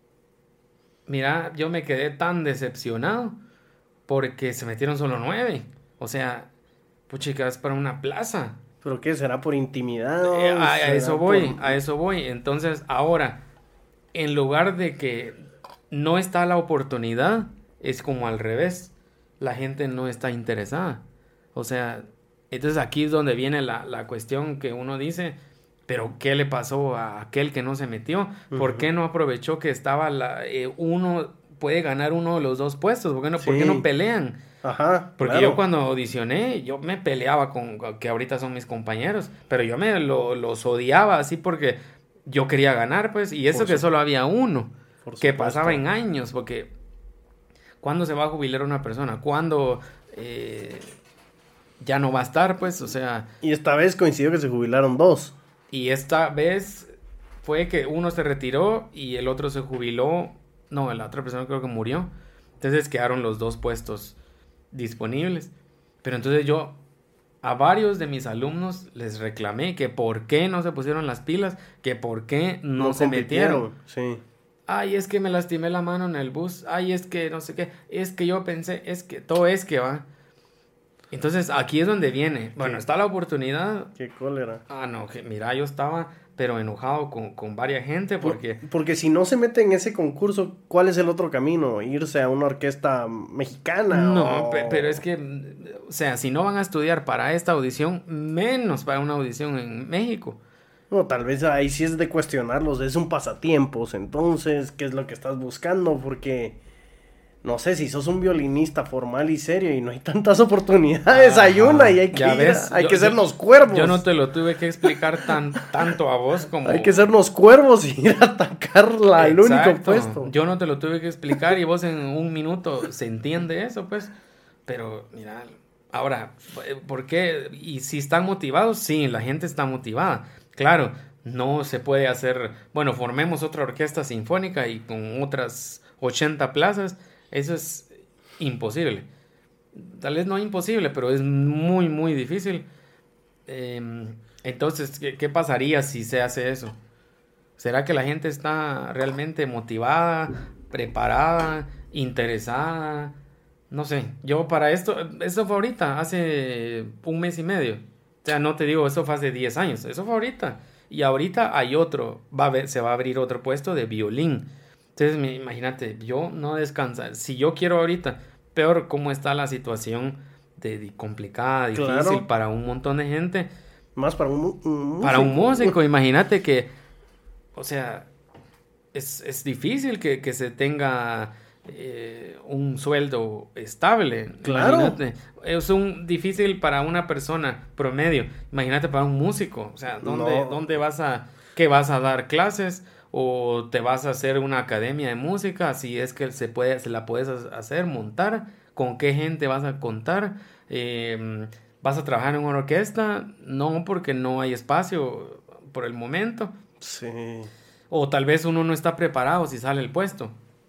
mira, yo me quedé tan decepcionado porque se metieron solo nueve. O sea, puchica, es para una plaza. ¿Pero qué? ¿Será por intimidad? Eh, a, a eso voy, por... a eso voy. Entonces, ahora, en lugar de que no está la oportunidad, es como al revés. La gente no está interesada. O sea, entonces aquí es donde viene la, la cuestión que uno dice, pero ¿qué le pasó a aquel que no se metió? ¿Por uh-huh. qué no aprovechó que estaba la, eh, uno puede ganar uno de los dos puestos? ¿Por qué no, sí. ¿por qué no pelean? Ajá, Porque claro. yo cuando audicioné, yo me peleaba con, que ahorita son mis compañeros, pero yo me lo, los odiaba así porque yo quería ganar, pues, y eso Por que su... solo había uno, Por que supuesto. Pasaba en años, porque ¿cuándo se va a jubilar una persona? ¿Cuándo eh, ya no va a estar, pues? O sea... Y esta vez coincidió que se jubilaron dos. Y esta vez fue que uno se retiró y el otro se jubiló, no, la otra persona creo que murió, entonces quedaron los dos puestos disponibles. Pero entonces yo a varios de mis alumnos les reclamé que por qué no se pusieron las pilas, que por qué no, no se metieron. Sí. Ay, es que me lastimé la mano en el bus. Ay, es que no sé qué. Es que yo pensé, es que todo es que va. Entonces aquí es donde viene. Bueno, ¿Qué? Está la oportunidad. Qué cólera. Ah, no, que mira, yo estaba pero enojado con, con varias gente porque... Por, porque si no se mete en ese concurso, ¿cuál es el otro camino? ¿Irse a una orquesta mexicana? No, o... pe- pero es que, o sea, si no van a estudiar para esta audición, menos para una audición en México. No, tal vez ahí sí es de cuestionarlos, es un pasatiempos, entonces, ¿qué es lo que estás buscando? Porque... No sé, si sos un violinista formal y serio y no hay tantas oportunidades, ah, hay una y hay que, ir, ves, hay yo, que sernos yo, cuervos. Yo no te lo tuve que explicar tan, tanto a vos como... Hay que sernos cuervos y ir a atacarla al único puesto. Yo no te lo tuve que explicar y vos en un minuto se entiende eso, pues. Pero, mira, ahora, ¿por qué? Y si están motivados, sí, la gente está motivada. Claro, no se puede hacer... Bueno, formemos otra orquesta sinfónica y con otras ochenta plazas... Eso es imposible. Tal vez no imposible, pero es muy, muy difícil. Eh, entonces, ¿qué, ¿qué pasaría si se hace eso? ¿Será que la gente está realmente motivada, preparada, interesada? No sé. Yo para esto, eso fue ahorita, hace un mes y medio. O sea, no te digo, eso fue hace diez años. Eso fue ahorita. Y ahorita hay otro, va a ver, se va a abrir otro puesto de violín. Entonces, imagínate, yo no descansar. Si yo quiero ahorita, peor cómo está la situación de, de complicada, difícil claro. para un montón de gente. Más para un, un Para un músico, imagínate que, o sea, es, es difícil que, que se tenga eh, un sueldo estable. Claro. Imagínate. Es un, difícil para una persona promedio. Imagínate para un músico. O sea, ¿dónde, no. ¿dónde vas a, qué vas a dar clases? O te vas a hacer una academia de música, si es que se puede, se la puedes hacer, montar, con qué gente vas a contar, eh, vas a trabajar en una orquesta, no porque no hay espacio por el momento. Sí. O tal vez uno no está preparado si sale el puesto.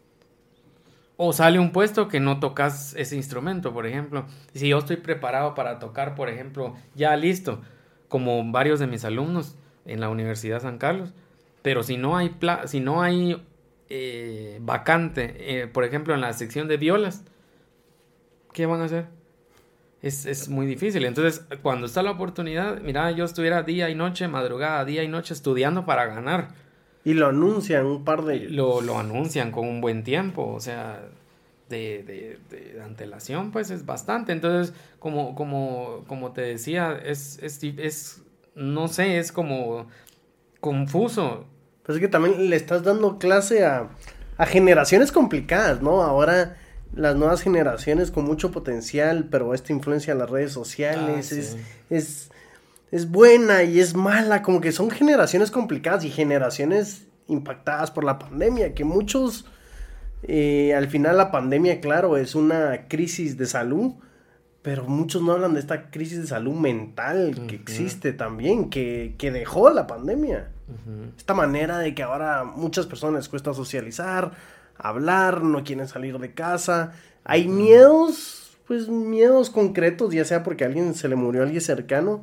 O sale un puesto que no tocas ese instrumento, por ejemplo. Si yo estoy preparado para tocar, por ejemplo, ya listo, como varios de mis alumnos en la Universidad San Carlos. Pero si no hay, pla- si no hay eh, vacante, eh, por ejemplo, en la sección de violas, ¿qué van a hacer? Es, es muy difícil. Entonces, cuando está la oportunidad, mira, yo estuviera día y noche, madrugada, día y noche estudiando para ganar. Y lo anuncian un par de... Lo, lo anuncian con un buen tiempo, o sea, de, de, de antelación, pues es bastante. Entonces, como, como, como te decía, es, es, es, no sé, es como confuso. Pues es que también le estás dando clase a, a generaciones complicadas, ¿no? Ahora las nuevas generaciones con mucho potencial, pero esta influencia de las redes sociales ah, es, sí. es, es buena y es mala, como que son generaciones complicadas y generaciones impactadas por la pandemia, que muchos, eh, al final la pandemia, claro, es una crisis de salud, pero muchos no hablan de esta crisis de salud mental que uh-huh. existe también, que, que dejó la pandemia. Uh-huh. Esta manera de que ahora muchas personas les cuesta socializar, hablar, no quieren salir de casa. Hay uh-huh. miedos, pues miedos concretos, ya sea porque a alguien se le murió a alguien cercano,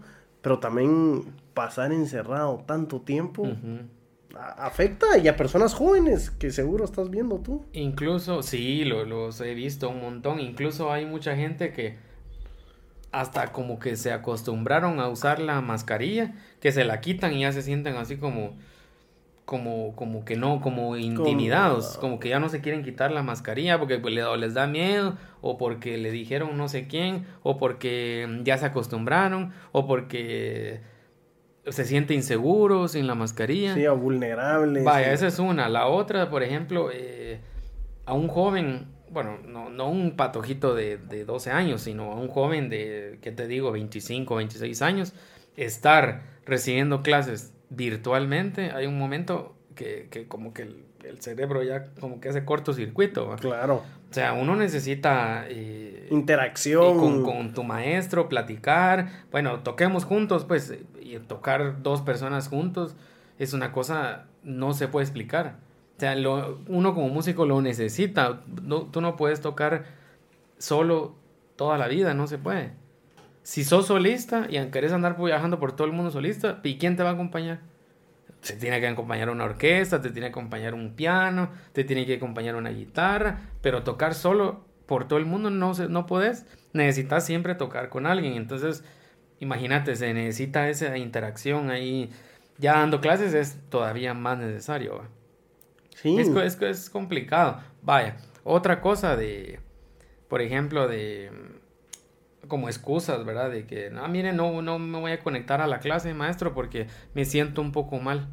pero también pasar encerrado tanto tiempo Uh-huh. a- afecta y a personas jóvenes que seguro estás viendo tú. Incluso, sí, lo- los he visto un montón. Incluso hay mucha gente que hasta como que se acostumbraron a usar la mascarilla, que se la quitan y ya se sienten así como, como, como que no, como intimidados, como que ya no se quieren quitar la mascarilla porque pues, le- o les da miedo, o porque le dijeron no sé quién, o porque ya se acostumbraron, o porque se siente inseguro sin la mascarilla. Sí, a vulnerables. Vaya, y- esa es una. La otra, por ejemplo, eh, a un joven, bueno, no, no un patojito de, de doce años, sino a un joven de, ¿qué te digo?, veinticinco, veintiséis años, estar recibiendo clases virtualmente, hay un momento que, que como que el, el cerebro ya como que hace cortocircuito, ¿va? Claro. O sea, uno necesita eh, Interacción. y con, con tu maestro, platicar, bueno, toquemos juntos, pues, y tocar dos personas juntos es una cosa, no se puede explicar. O sea, lo, uno como músico lo necesita, no, tú no puedes tocar solo toda la vida, no se puede. Si sos solista y querés andar viajando por todo el mundo solista, ¿y quién te va a acompañar? Te tiene que acompañar una orquesta, te tiene que acompañar un piano, te tiene que acompañar una guitarra, pero tocar solo por todo el mundo no, se, no podés. Necesitas siempre tocar con alguien. Entonces, imagínate, se necesita esa interacción ahí. Ya dando clases es todavía más necesario. ¿Va? Sí. Es, es, es complicado. Vaya, otra cosa de, por ejemplo, de como excusas, ¿verdad? De que, no, mire, no, no me voy a conectar a la clase, maestro, porque me siento un poco mal.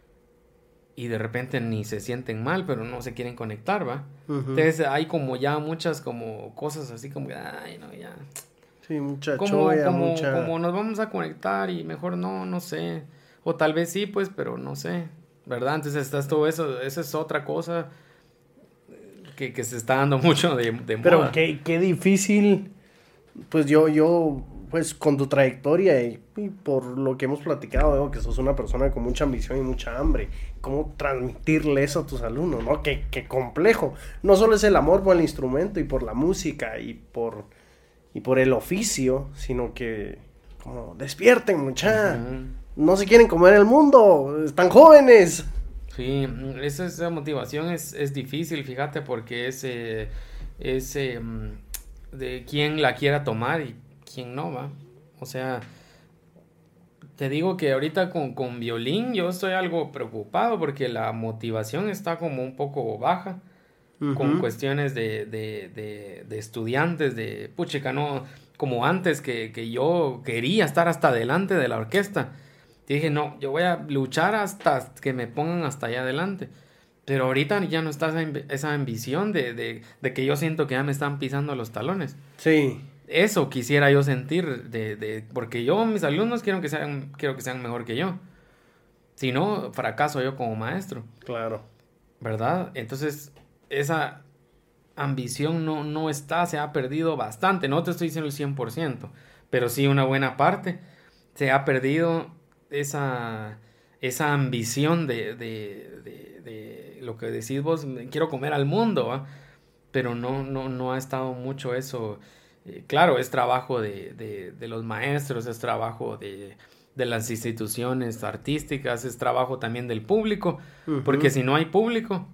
Y de repente ni se sienten mal, pero no se quieren conectar, ¿va? Uh-huh. Entonces hay como ya muchas como cosas así como, ay, no, ya. Sí, mucha Como, choya, como, mucha... como nos vamos a conectar y mejor no, no sé. O tal vez sí, pues, pero no sé, ¿verdad? Entonces estás todo eso, esa es otra cosa que, que se está dando mucho de, de Pero moda. qué, qué difícil, pues yo, yo, pues con tu trayectoria y, y por lo que hemos platicado, veo que sos una persona con mucha ambición y mucha hambre. ¿Cómo transmitirle eso a tus alumnos, no? Qué, qué complejo. No solo es el amor por el instrumento y por la música y por, y por el oficio, sino que, como, despierten, mucha. Ujú. No se quieren comer el mundo, están jóvenes. Sí, esa, esa motivación es, es difícil, fíjate, porque es, eh, es eh, de quién la quiera tomar y quién no, va. O sea, te digo que ahorita con, con violín yo estoy algo preocupado porque la motivación está como un poco baja con Ujú. cuestiones de, de, de, de estudiantes, de puchica, no, como antes que, que yo quería estar hasta delante de la orquesta. Dije, no, yo voy a luchar hasta que me pongan hasta allá adelante. Pero ahorita ya no está esa, ambi- esa ambición de, de, de que yo siento que ya me están pisando los talones. Sí, Eso quisiera yo sentir, de, de, porque yo, mis alumnos, quiero que sean, quiero que sean mejor que yo. Si no, fracaso yo como maestro, claro. ¿verdad? Entonces, esa ambición no, no está, se ha perdido bastante. No te estoy diciendo el cien por ciento, pero sí una buena parte. Se ha perdido esa, esa ambición de, de, de, de lo que decís vos, me quiero comer al mundo, ¿va? Pero no, no, no ha estado mucho eso. Eh, claro, es trabajo de, de, de los maestros, es trabajo de, de las instituciones artísticas, es trabajo también del público, Ujú. porque si no hay público,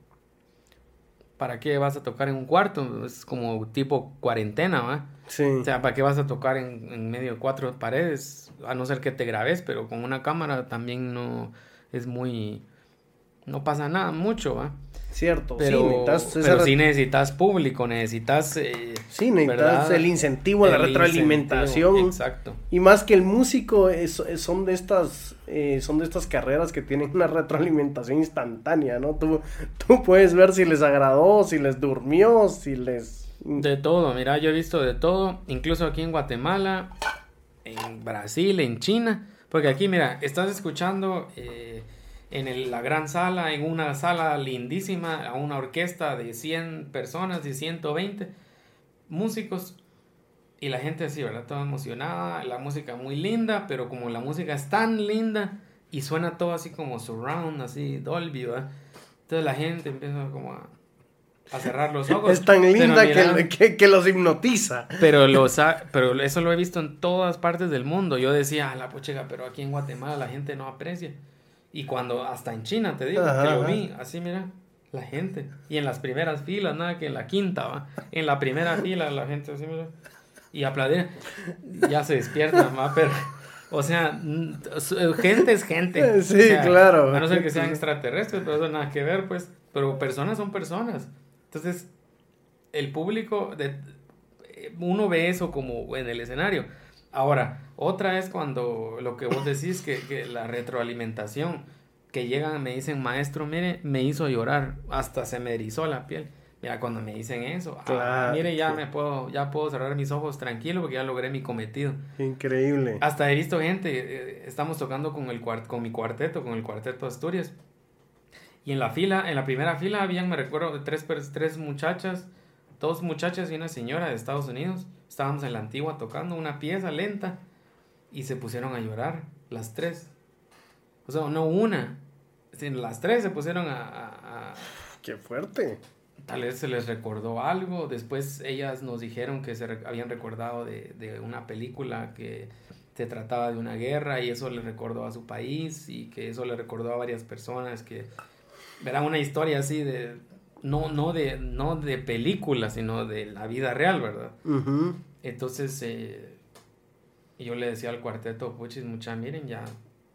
¿para qué vas a tocar en un cuarto? Es como tipo cuarentena, ¿va? Sí. O sea, ¿para qué vas a tocar en, en medio de cuatro paredes? A no ser que te grabes, pero con una cámara también no es muy... No pasa nada mucho, ¿va? Cierto, Pero, sí, necesitas esa pero re- sí necesitas público, necesitas... eh, sí, necesitas ¿verdad? el incentivo, la El retroalimentación. incentivo, exacto. Y más que el músico, es- es- son de estas eh, son de estas carreras que tienen una retroalimentación instantánea, ¿no? Tú, tú puedes ver si les agradó, si les durmió, si les... De todo, mira, yo he visto de todo, incluso aquí en Guatemala, en Brasil, en China, porque aquí, mira, estás escuchando eh, en el- la gran sala, en una sala lindísima, a una orquesta de cien personas, de ciento veinte músicos, y la gente así, ¿verdad? Toda emocionada, la música muy linda, pero como la música es tan linda y suena todo así como surround, así Dolby, ¿verdad? Entonces la gente empieza como a... a cerrar los ojos. Es tan linda mira, que, que, que los hipnotiza. Pero, los ha, pero eso lo he visto en todas partes del mundo. Yo decía, a la puchiga, pero aquí en Guatemala la gente no aprecia. Y cuando, hasta en China, te digo, Ajá, que lo ajá. vi, así mira, la gente. Y en las primeras filas, nada que en la quinta, ¿va? En la primera fila la gente así mira. Y aplaudir. Ya se despierta, ¿va? Pero, o sea, gente es gente. Sí, o sea, claro. A no ser que sean extraterrestres, pero eso nada que ver, pues. Pero personas son personas. Entonces, el público, de, uno ve eso como en el escenario. Ahora, otra es cuando lo que vos decís, que, que la retroalimentación, que llegan, me dicen, maestro, mire, me hizo llorar, hasta se me erizó la piel. Mira, cuando me dicen eso, Claro, ah, mire, ya sí. me puedo, ya puedo cerrar mis ojos tranquilo porque ya logré mi cometido. Increíble. Hasta he visto gente, eh, estamos tocando con, el cuart con mi cuarteto, con el cuarteto Asturias. Y en la fila, en la primera fila habían, me recuerdo, tres, tres muchachas, dos muchachas y una señora de Estados Unidos. Estábamos en la Antigua tocando una pieza lenta y se pusieron a llorar, las tres. O sea, no una, sino las tres se pusieron a... a, a Qué fuerte. Tal vez se les recordó algo. Después ellas nos dijeron que se re- habían recordado de, de una película que se trataba de una guerra y eso les recordó a su país y que eso le recordó a varias personas que verán una historia así de no no de no de película sino de la vida real, ¿verdad? Uh-huh. Entonces eh, yo le decía al cuarteto, puchis, mucha, miren, ya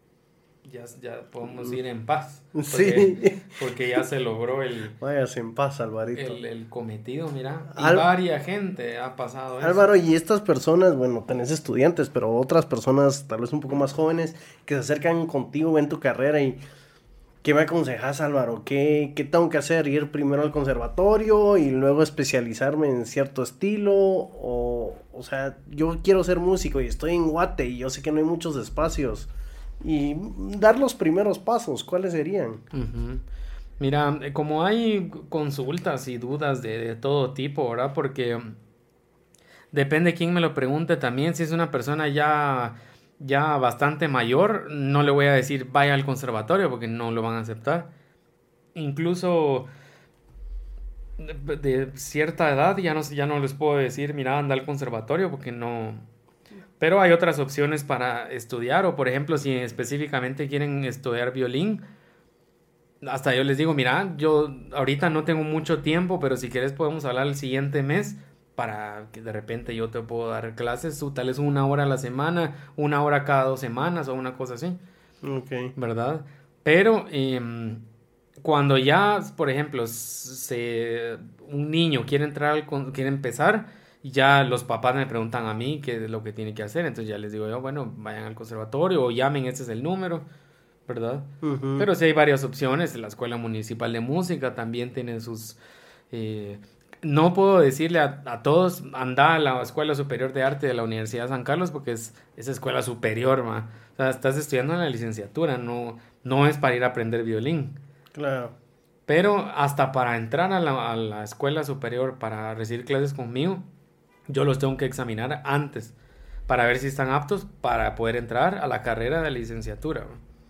ya, ya podemos ir en paz. Porque, Sí. porque ya se logró el Váyase en paz, Alvarito. El, el cometido, mira. Y Al- varia gente ha pasado eso. Álvaro, y estas personas, bueno, tenés estudiantes, pero otras personas tal vez un poco más jóvenes que se acercan contigo, ven tu carrera y ¿qué me aconsejas, Álvaro? ¿Qué, qué tengo que hacer? ¿Ir primero al conservatorio y luego especializarme en cierto estilo? O, o sea, yo quiero ser músico y estoy en Guate y yo sé que no hay muchos espacios. Y dar los primeros pasos, ¿cuáles serían? Ujú. Mira, eh, como hay consultas y dudas de, de todo tipo, ¿verdad? Porque mm, depende quién me lo pregunte también. Si es una persona ya, ya bastante mayor, no le voy a decir vaya al conservatorio porque no lo van a aceptar. Incluso de, de cierta edad ya no, ya no les puedo decir, mira, anda al conservatorio porque no... Pero hay otras opciones para estudiar, o por ejemplo, si específicamente quieren estudiar violín, hasta yo les digo, mira, yo ahorita no tengo mucho tiempo, pero si quieres podemos hablar el siguiente mes para que de repente yo te puedo dar clases, o tal vez una hora a la semana, una hora cada dos semanas o una cosa así, Ok. ¿verdad? Pero eh, cuando ya, por ejemplo, se, un niño quiere entrar, al con- quiere empezar, ya los papás me preguntan a mí qué es lo que tiene que hacer, entonces ya les digo yo, bueno, vayan al conservatorio o llamen, este es el número, ¿verdad? Ujú. Pero sí hay varias opciones, la Escuela Municipal de Música también tiene sus... eh, no puedo decirle a, a todos, anda a la Escuela Superior de Arte de la Universidad de San Carlos porque es, es escuela superior, ma. O sea, estás estudiando en la licenciatura, no, no es para ir a aprender violín. Claro. Pero hasta para entrar a la, a la escuela superior para recibir clases conmigo, yo los tengo que examinar antes para ver si están aptos para poder entrar a la carrera de licenciatura.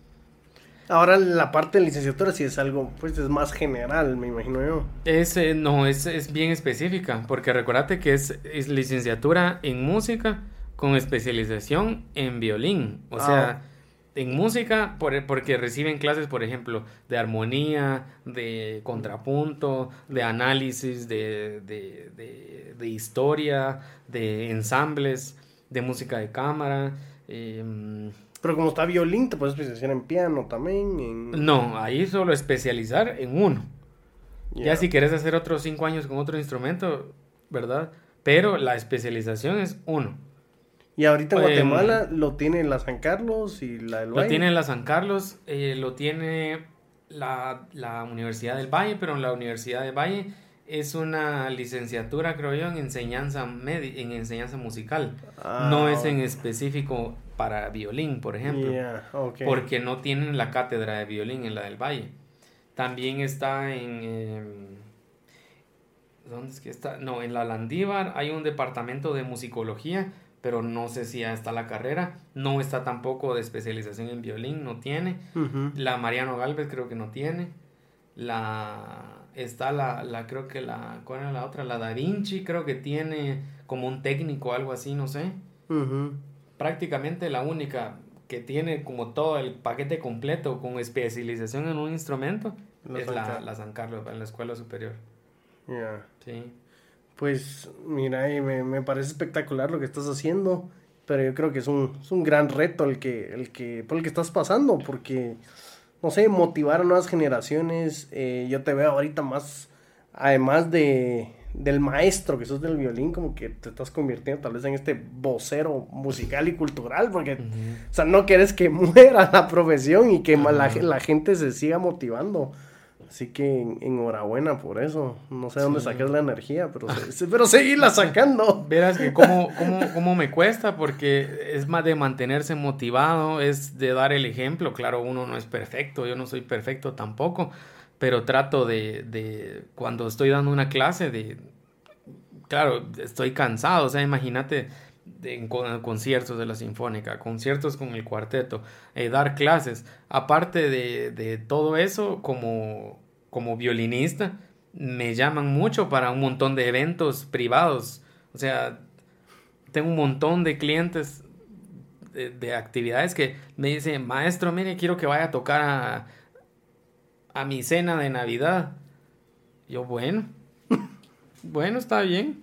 Ahora la parte de licenciatura sí es algo, pues es más general, me imagino yo. Es, eh, no, es, es bien específica, porque recuérdate que es, es licenciatura en música con especialización en violín. O Ah. sea, en música, por, porque reciben clases, por ejemplo, de armonía, de contrapunto, de análisis, de, de, de, de historia, de ensambles, de música de cámara. em, Pero como está violín, te puedes especializar en piano también. En... no, ahí solo especializar en uno. Ya. Ya si quieres hacer otros cinco años con otro instrumento, ¿verdad? Pero la especialización es uno. Y ahorita en Em, Guatemala lo tiene la San Carlos y la del Lo Valle. tiene la San Carlos, eh, lo tiene la, la Universidad del Valle, pero en la Universidad del Valle es una licenciatura, creo yo, en enseñanza medi- en enseñanza musical. Ah, No es en específico para violín, por ejemplo. Ya, ok. Porque no tienen la cátedra de violín en la del Valle. También está en... eh, ¿dónde es que está? No, en la Landívar hay un departamento de musicología, pero no sé si ya está la carrera. No está tampoco de especialización en violín, no tiene. Ujú. La Mariano Galvez creo que no tiene. la está la, la creo que la, ¿cuál era la otra? La Da Vinci, creo que tiene como un técnico o algo así, no sé. Uh-huh. Prácticamente la única que tiene como todo el paquete completo con especialización en un instrumento La es San la, Carlos. la San Carlos, en la escuela superior. Ya. Sí. Pues mira, y me, me parece espectacular lo que estás haciendo, pero yo creo que es un, es un gran reto el que, el que, por el que estás pasando, porque, no sé, motivar a nuevas generaciones, eh, yo te veo ahorita más, además de, del maestro que sos del violín, como que te estás convirtiendo tal vez en este vocero musical y cultural, porque, Uh-huh. o sea, no quieres que muera la profesión y que uh-huh. la, la gente se siga motivando. Así que en, enhorabuena por eso. No sé sí. dónde saques la energía, pero, se, pero seguirla sacando. Verás que cómo, cómo, cómo me cuesta, porque es más de mantenerse motivado, es de dar el ejemplo. Claro, uno no es perfecto, yo no soy perfecto tampoco, pero trato de, de cuando estoy dando una clase, de claro, estoy cansado. O sea, imagínate en conciertos de la Sinfónica, conciertos con el cuarteto, eh, dar clases. Aparte de, de todo eso, como, como violinista, me llaman mucho para un montón de eventos privados. O sea, tengo un montón de clientes de, de actividades que me dicen, maestro, mire, quiero que vaya a tocar a, a mi cena de Navidad. Yo, bueno, bueno, está bien.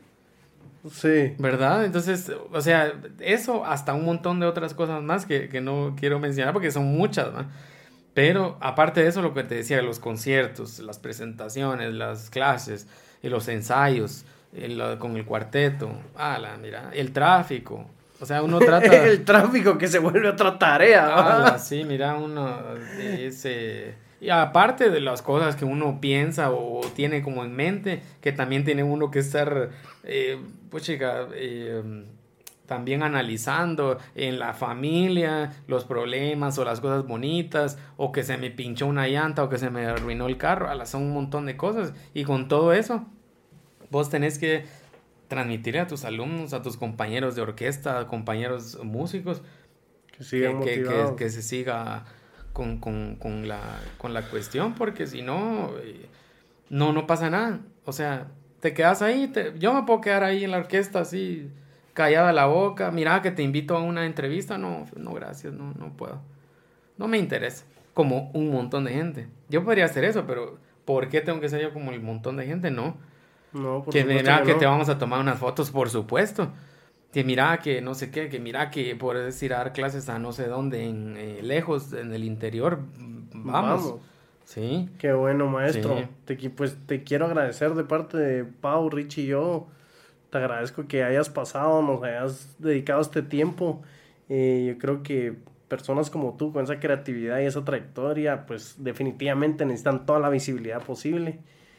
Sí. ¿Verdad? Entonces, o sea, eso hasta un montón de otras cosas más que, que no quiero mencionar porque son muchas, ¿no? Pero aparte de eso, lo que te decía, los conciertos, las presentaciones, las clases, y los ensayos, el, con el cuarteto, ah, la, mira, el tráfico. O sea, uno trata... el tráfico que se vuelve otra tarea. Ah, sí, mira, uno ese... Y aparte de las cosas que uno piensa o tiene como en mente, que también tiene uno que estar, eh, pues chica, eh, también analizando en la familia los problemas o las cosas bonitas, o que se me pinchó una llanta o que se me arruinó el carro, ala, son un montón de cosas. Y con todo eso, vos tenés que transmitirle a tus alumnos, a tus compañeros de orquesta, compañeros músicos, que, sigan que, que, que, que se siga... Con, con, con, la, con la cuestión, porque si no, eh, no, no pasa nada. O sea, te quedas ahí, te, yo me puedo quedar ahí en la orquesta así, callada la boca, mira que te invito a una entrevista, no, no gracias, no, no puedo. No me interesa, como un montón de gente. Yo podría hacer eso, pero ¿por qué tengo que ser yo como el montón de gente? No. No, por que mira que, que no. te vamos a tomar unas fotos, por supuesto. Que mira que no sé qué, que mira que puedes ir a dar clases a no sé dónde, en, eh, lejos, en el interior, vamos. Vamos. Sí. Qué bueno, maestro. Sí. Te, pues te quiero agradecer de parte de Pau, Richie y yo. Te agradezco que hayas pasado, nos hayas dedicado este tiempo. Eh, yo creo que personas como tú, con esa creatividad y esa trayectoria, pues definitivamente necesitan toda la visibilidad posible.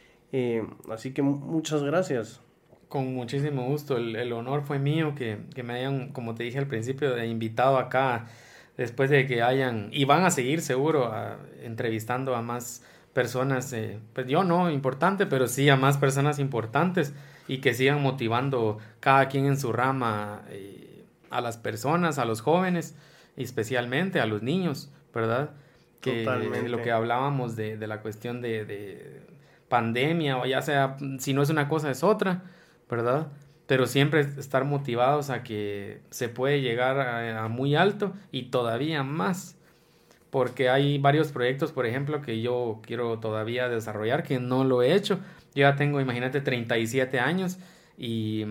Eh, así que muchas gracias. Con muchísimo gusto, el, el honor fue mío que, que me hayan, como te dije al principio, invitado acá después de que hayan, y van a seguir seguro a, entrevistando a más personas, eh, pues yo no importante, pero sí a más personas importantes y que sigan motivando cada quien en su rama eh, a las personas, a los jóvenes y especialmente a los niños, ¿verdad? Que Totalmente. Lo que hablábamos de, de la cuestión de, de pandemia, o ya sea, si no es una cosa es otra, ¿verdad? Pero siempre estar motivados a que se puede llegar a, a muy alto y todavía más, porque hay varios proyectos, por ejemplo, que yo quiero todavía desarrollar, que no lo he hecho. Yo ya tengo, imagínate, treinta y siete años y,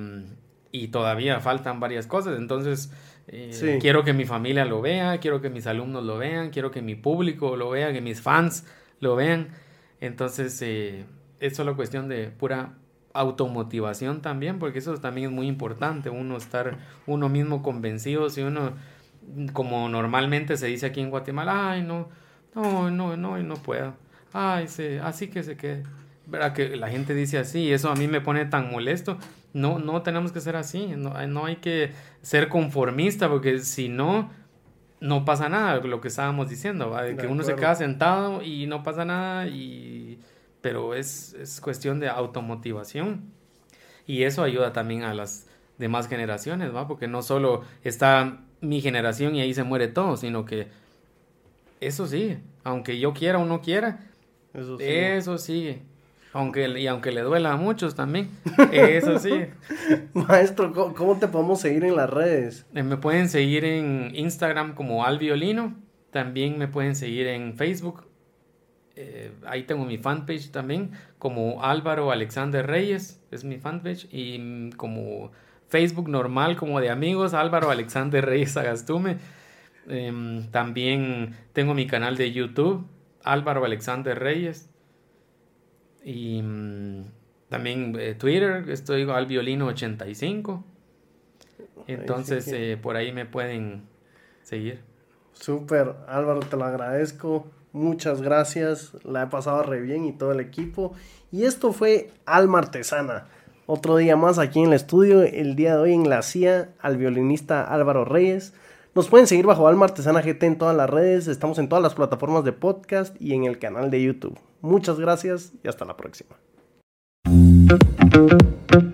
y todavía faltan varias cosas, entonces eh, sí. quiero que mi familia lo vea, quiero que mis alumnos lo vean, quiero que mi público lo vea, que mis fans lo vean, entonces eh, es solo cuestión de pura automotivación también, porque eso también es muy importante, uno estar uno mismo convencido. Si uno, como normalmente se dice aquí en Guatemala, ay no, no, no, no, no puedo, ay, se, así que se quede, ¿verdad? Que la gente dice así, y eso a mí me pone tan molesto. No, no tenemos que ser así, no, no hay que ser conformista, porque si no, no pasa nada, lo que estábamos diciendo, ¿va? De que uno se queda sentado y no pasa nada, y pero es, es cuestión de automotivación, y eso ayuda también a las demás generaciones, ¿va? Porque no solo está mi generación y ahí se muere todo, sino que eso sí, aunque yo quiera o no quiera, Eso sí. Eso sigue. Aunque, y aunque le duela a muchos también. Eso sí. Maestro, ¿cómo, ¿cómo te podemos seguir en las redes? Eh, Me pueden seguir en Instagram como Al Violino. También me pueden seguir en Facebook. Eh, ahí tengo mi fanpage también, como Álvaro Alexander Reyes, es mi fanpage. Y mm, como Facebook normal, como de amigos, Álvaro Alexander Reyes Agastume. Em, también tengo mi canal de YouTube, Álvaro Alexander Reyes. Y mm, también eh, Twitter, estoy al violino ochenta y cinco. Entonces Ahí sí que- eh, por ahí me pueden seguir. Súper, Álvaro, te lo agradezco. Muchas gracias. La he pasado re bien y todo el equipo. Y esto fue Alma Artesana. Otro día más aquí en el estudio. El día de hoy en la C I A, al violinista Álvaro Reyes. Nos pueden seguir bajo Alma Artesana G T en todas las redes. Estamos en todas las plataformas de podcast y en el canal de YouTube. Muchas gracias y hasta la próxima.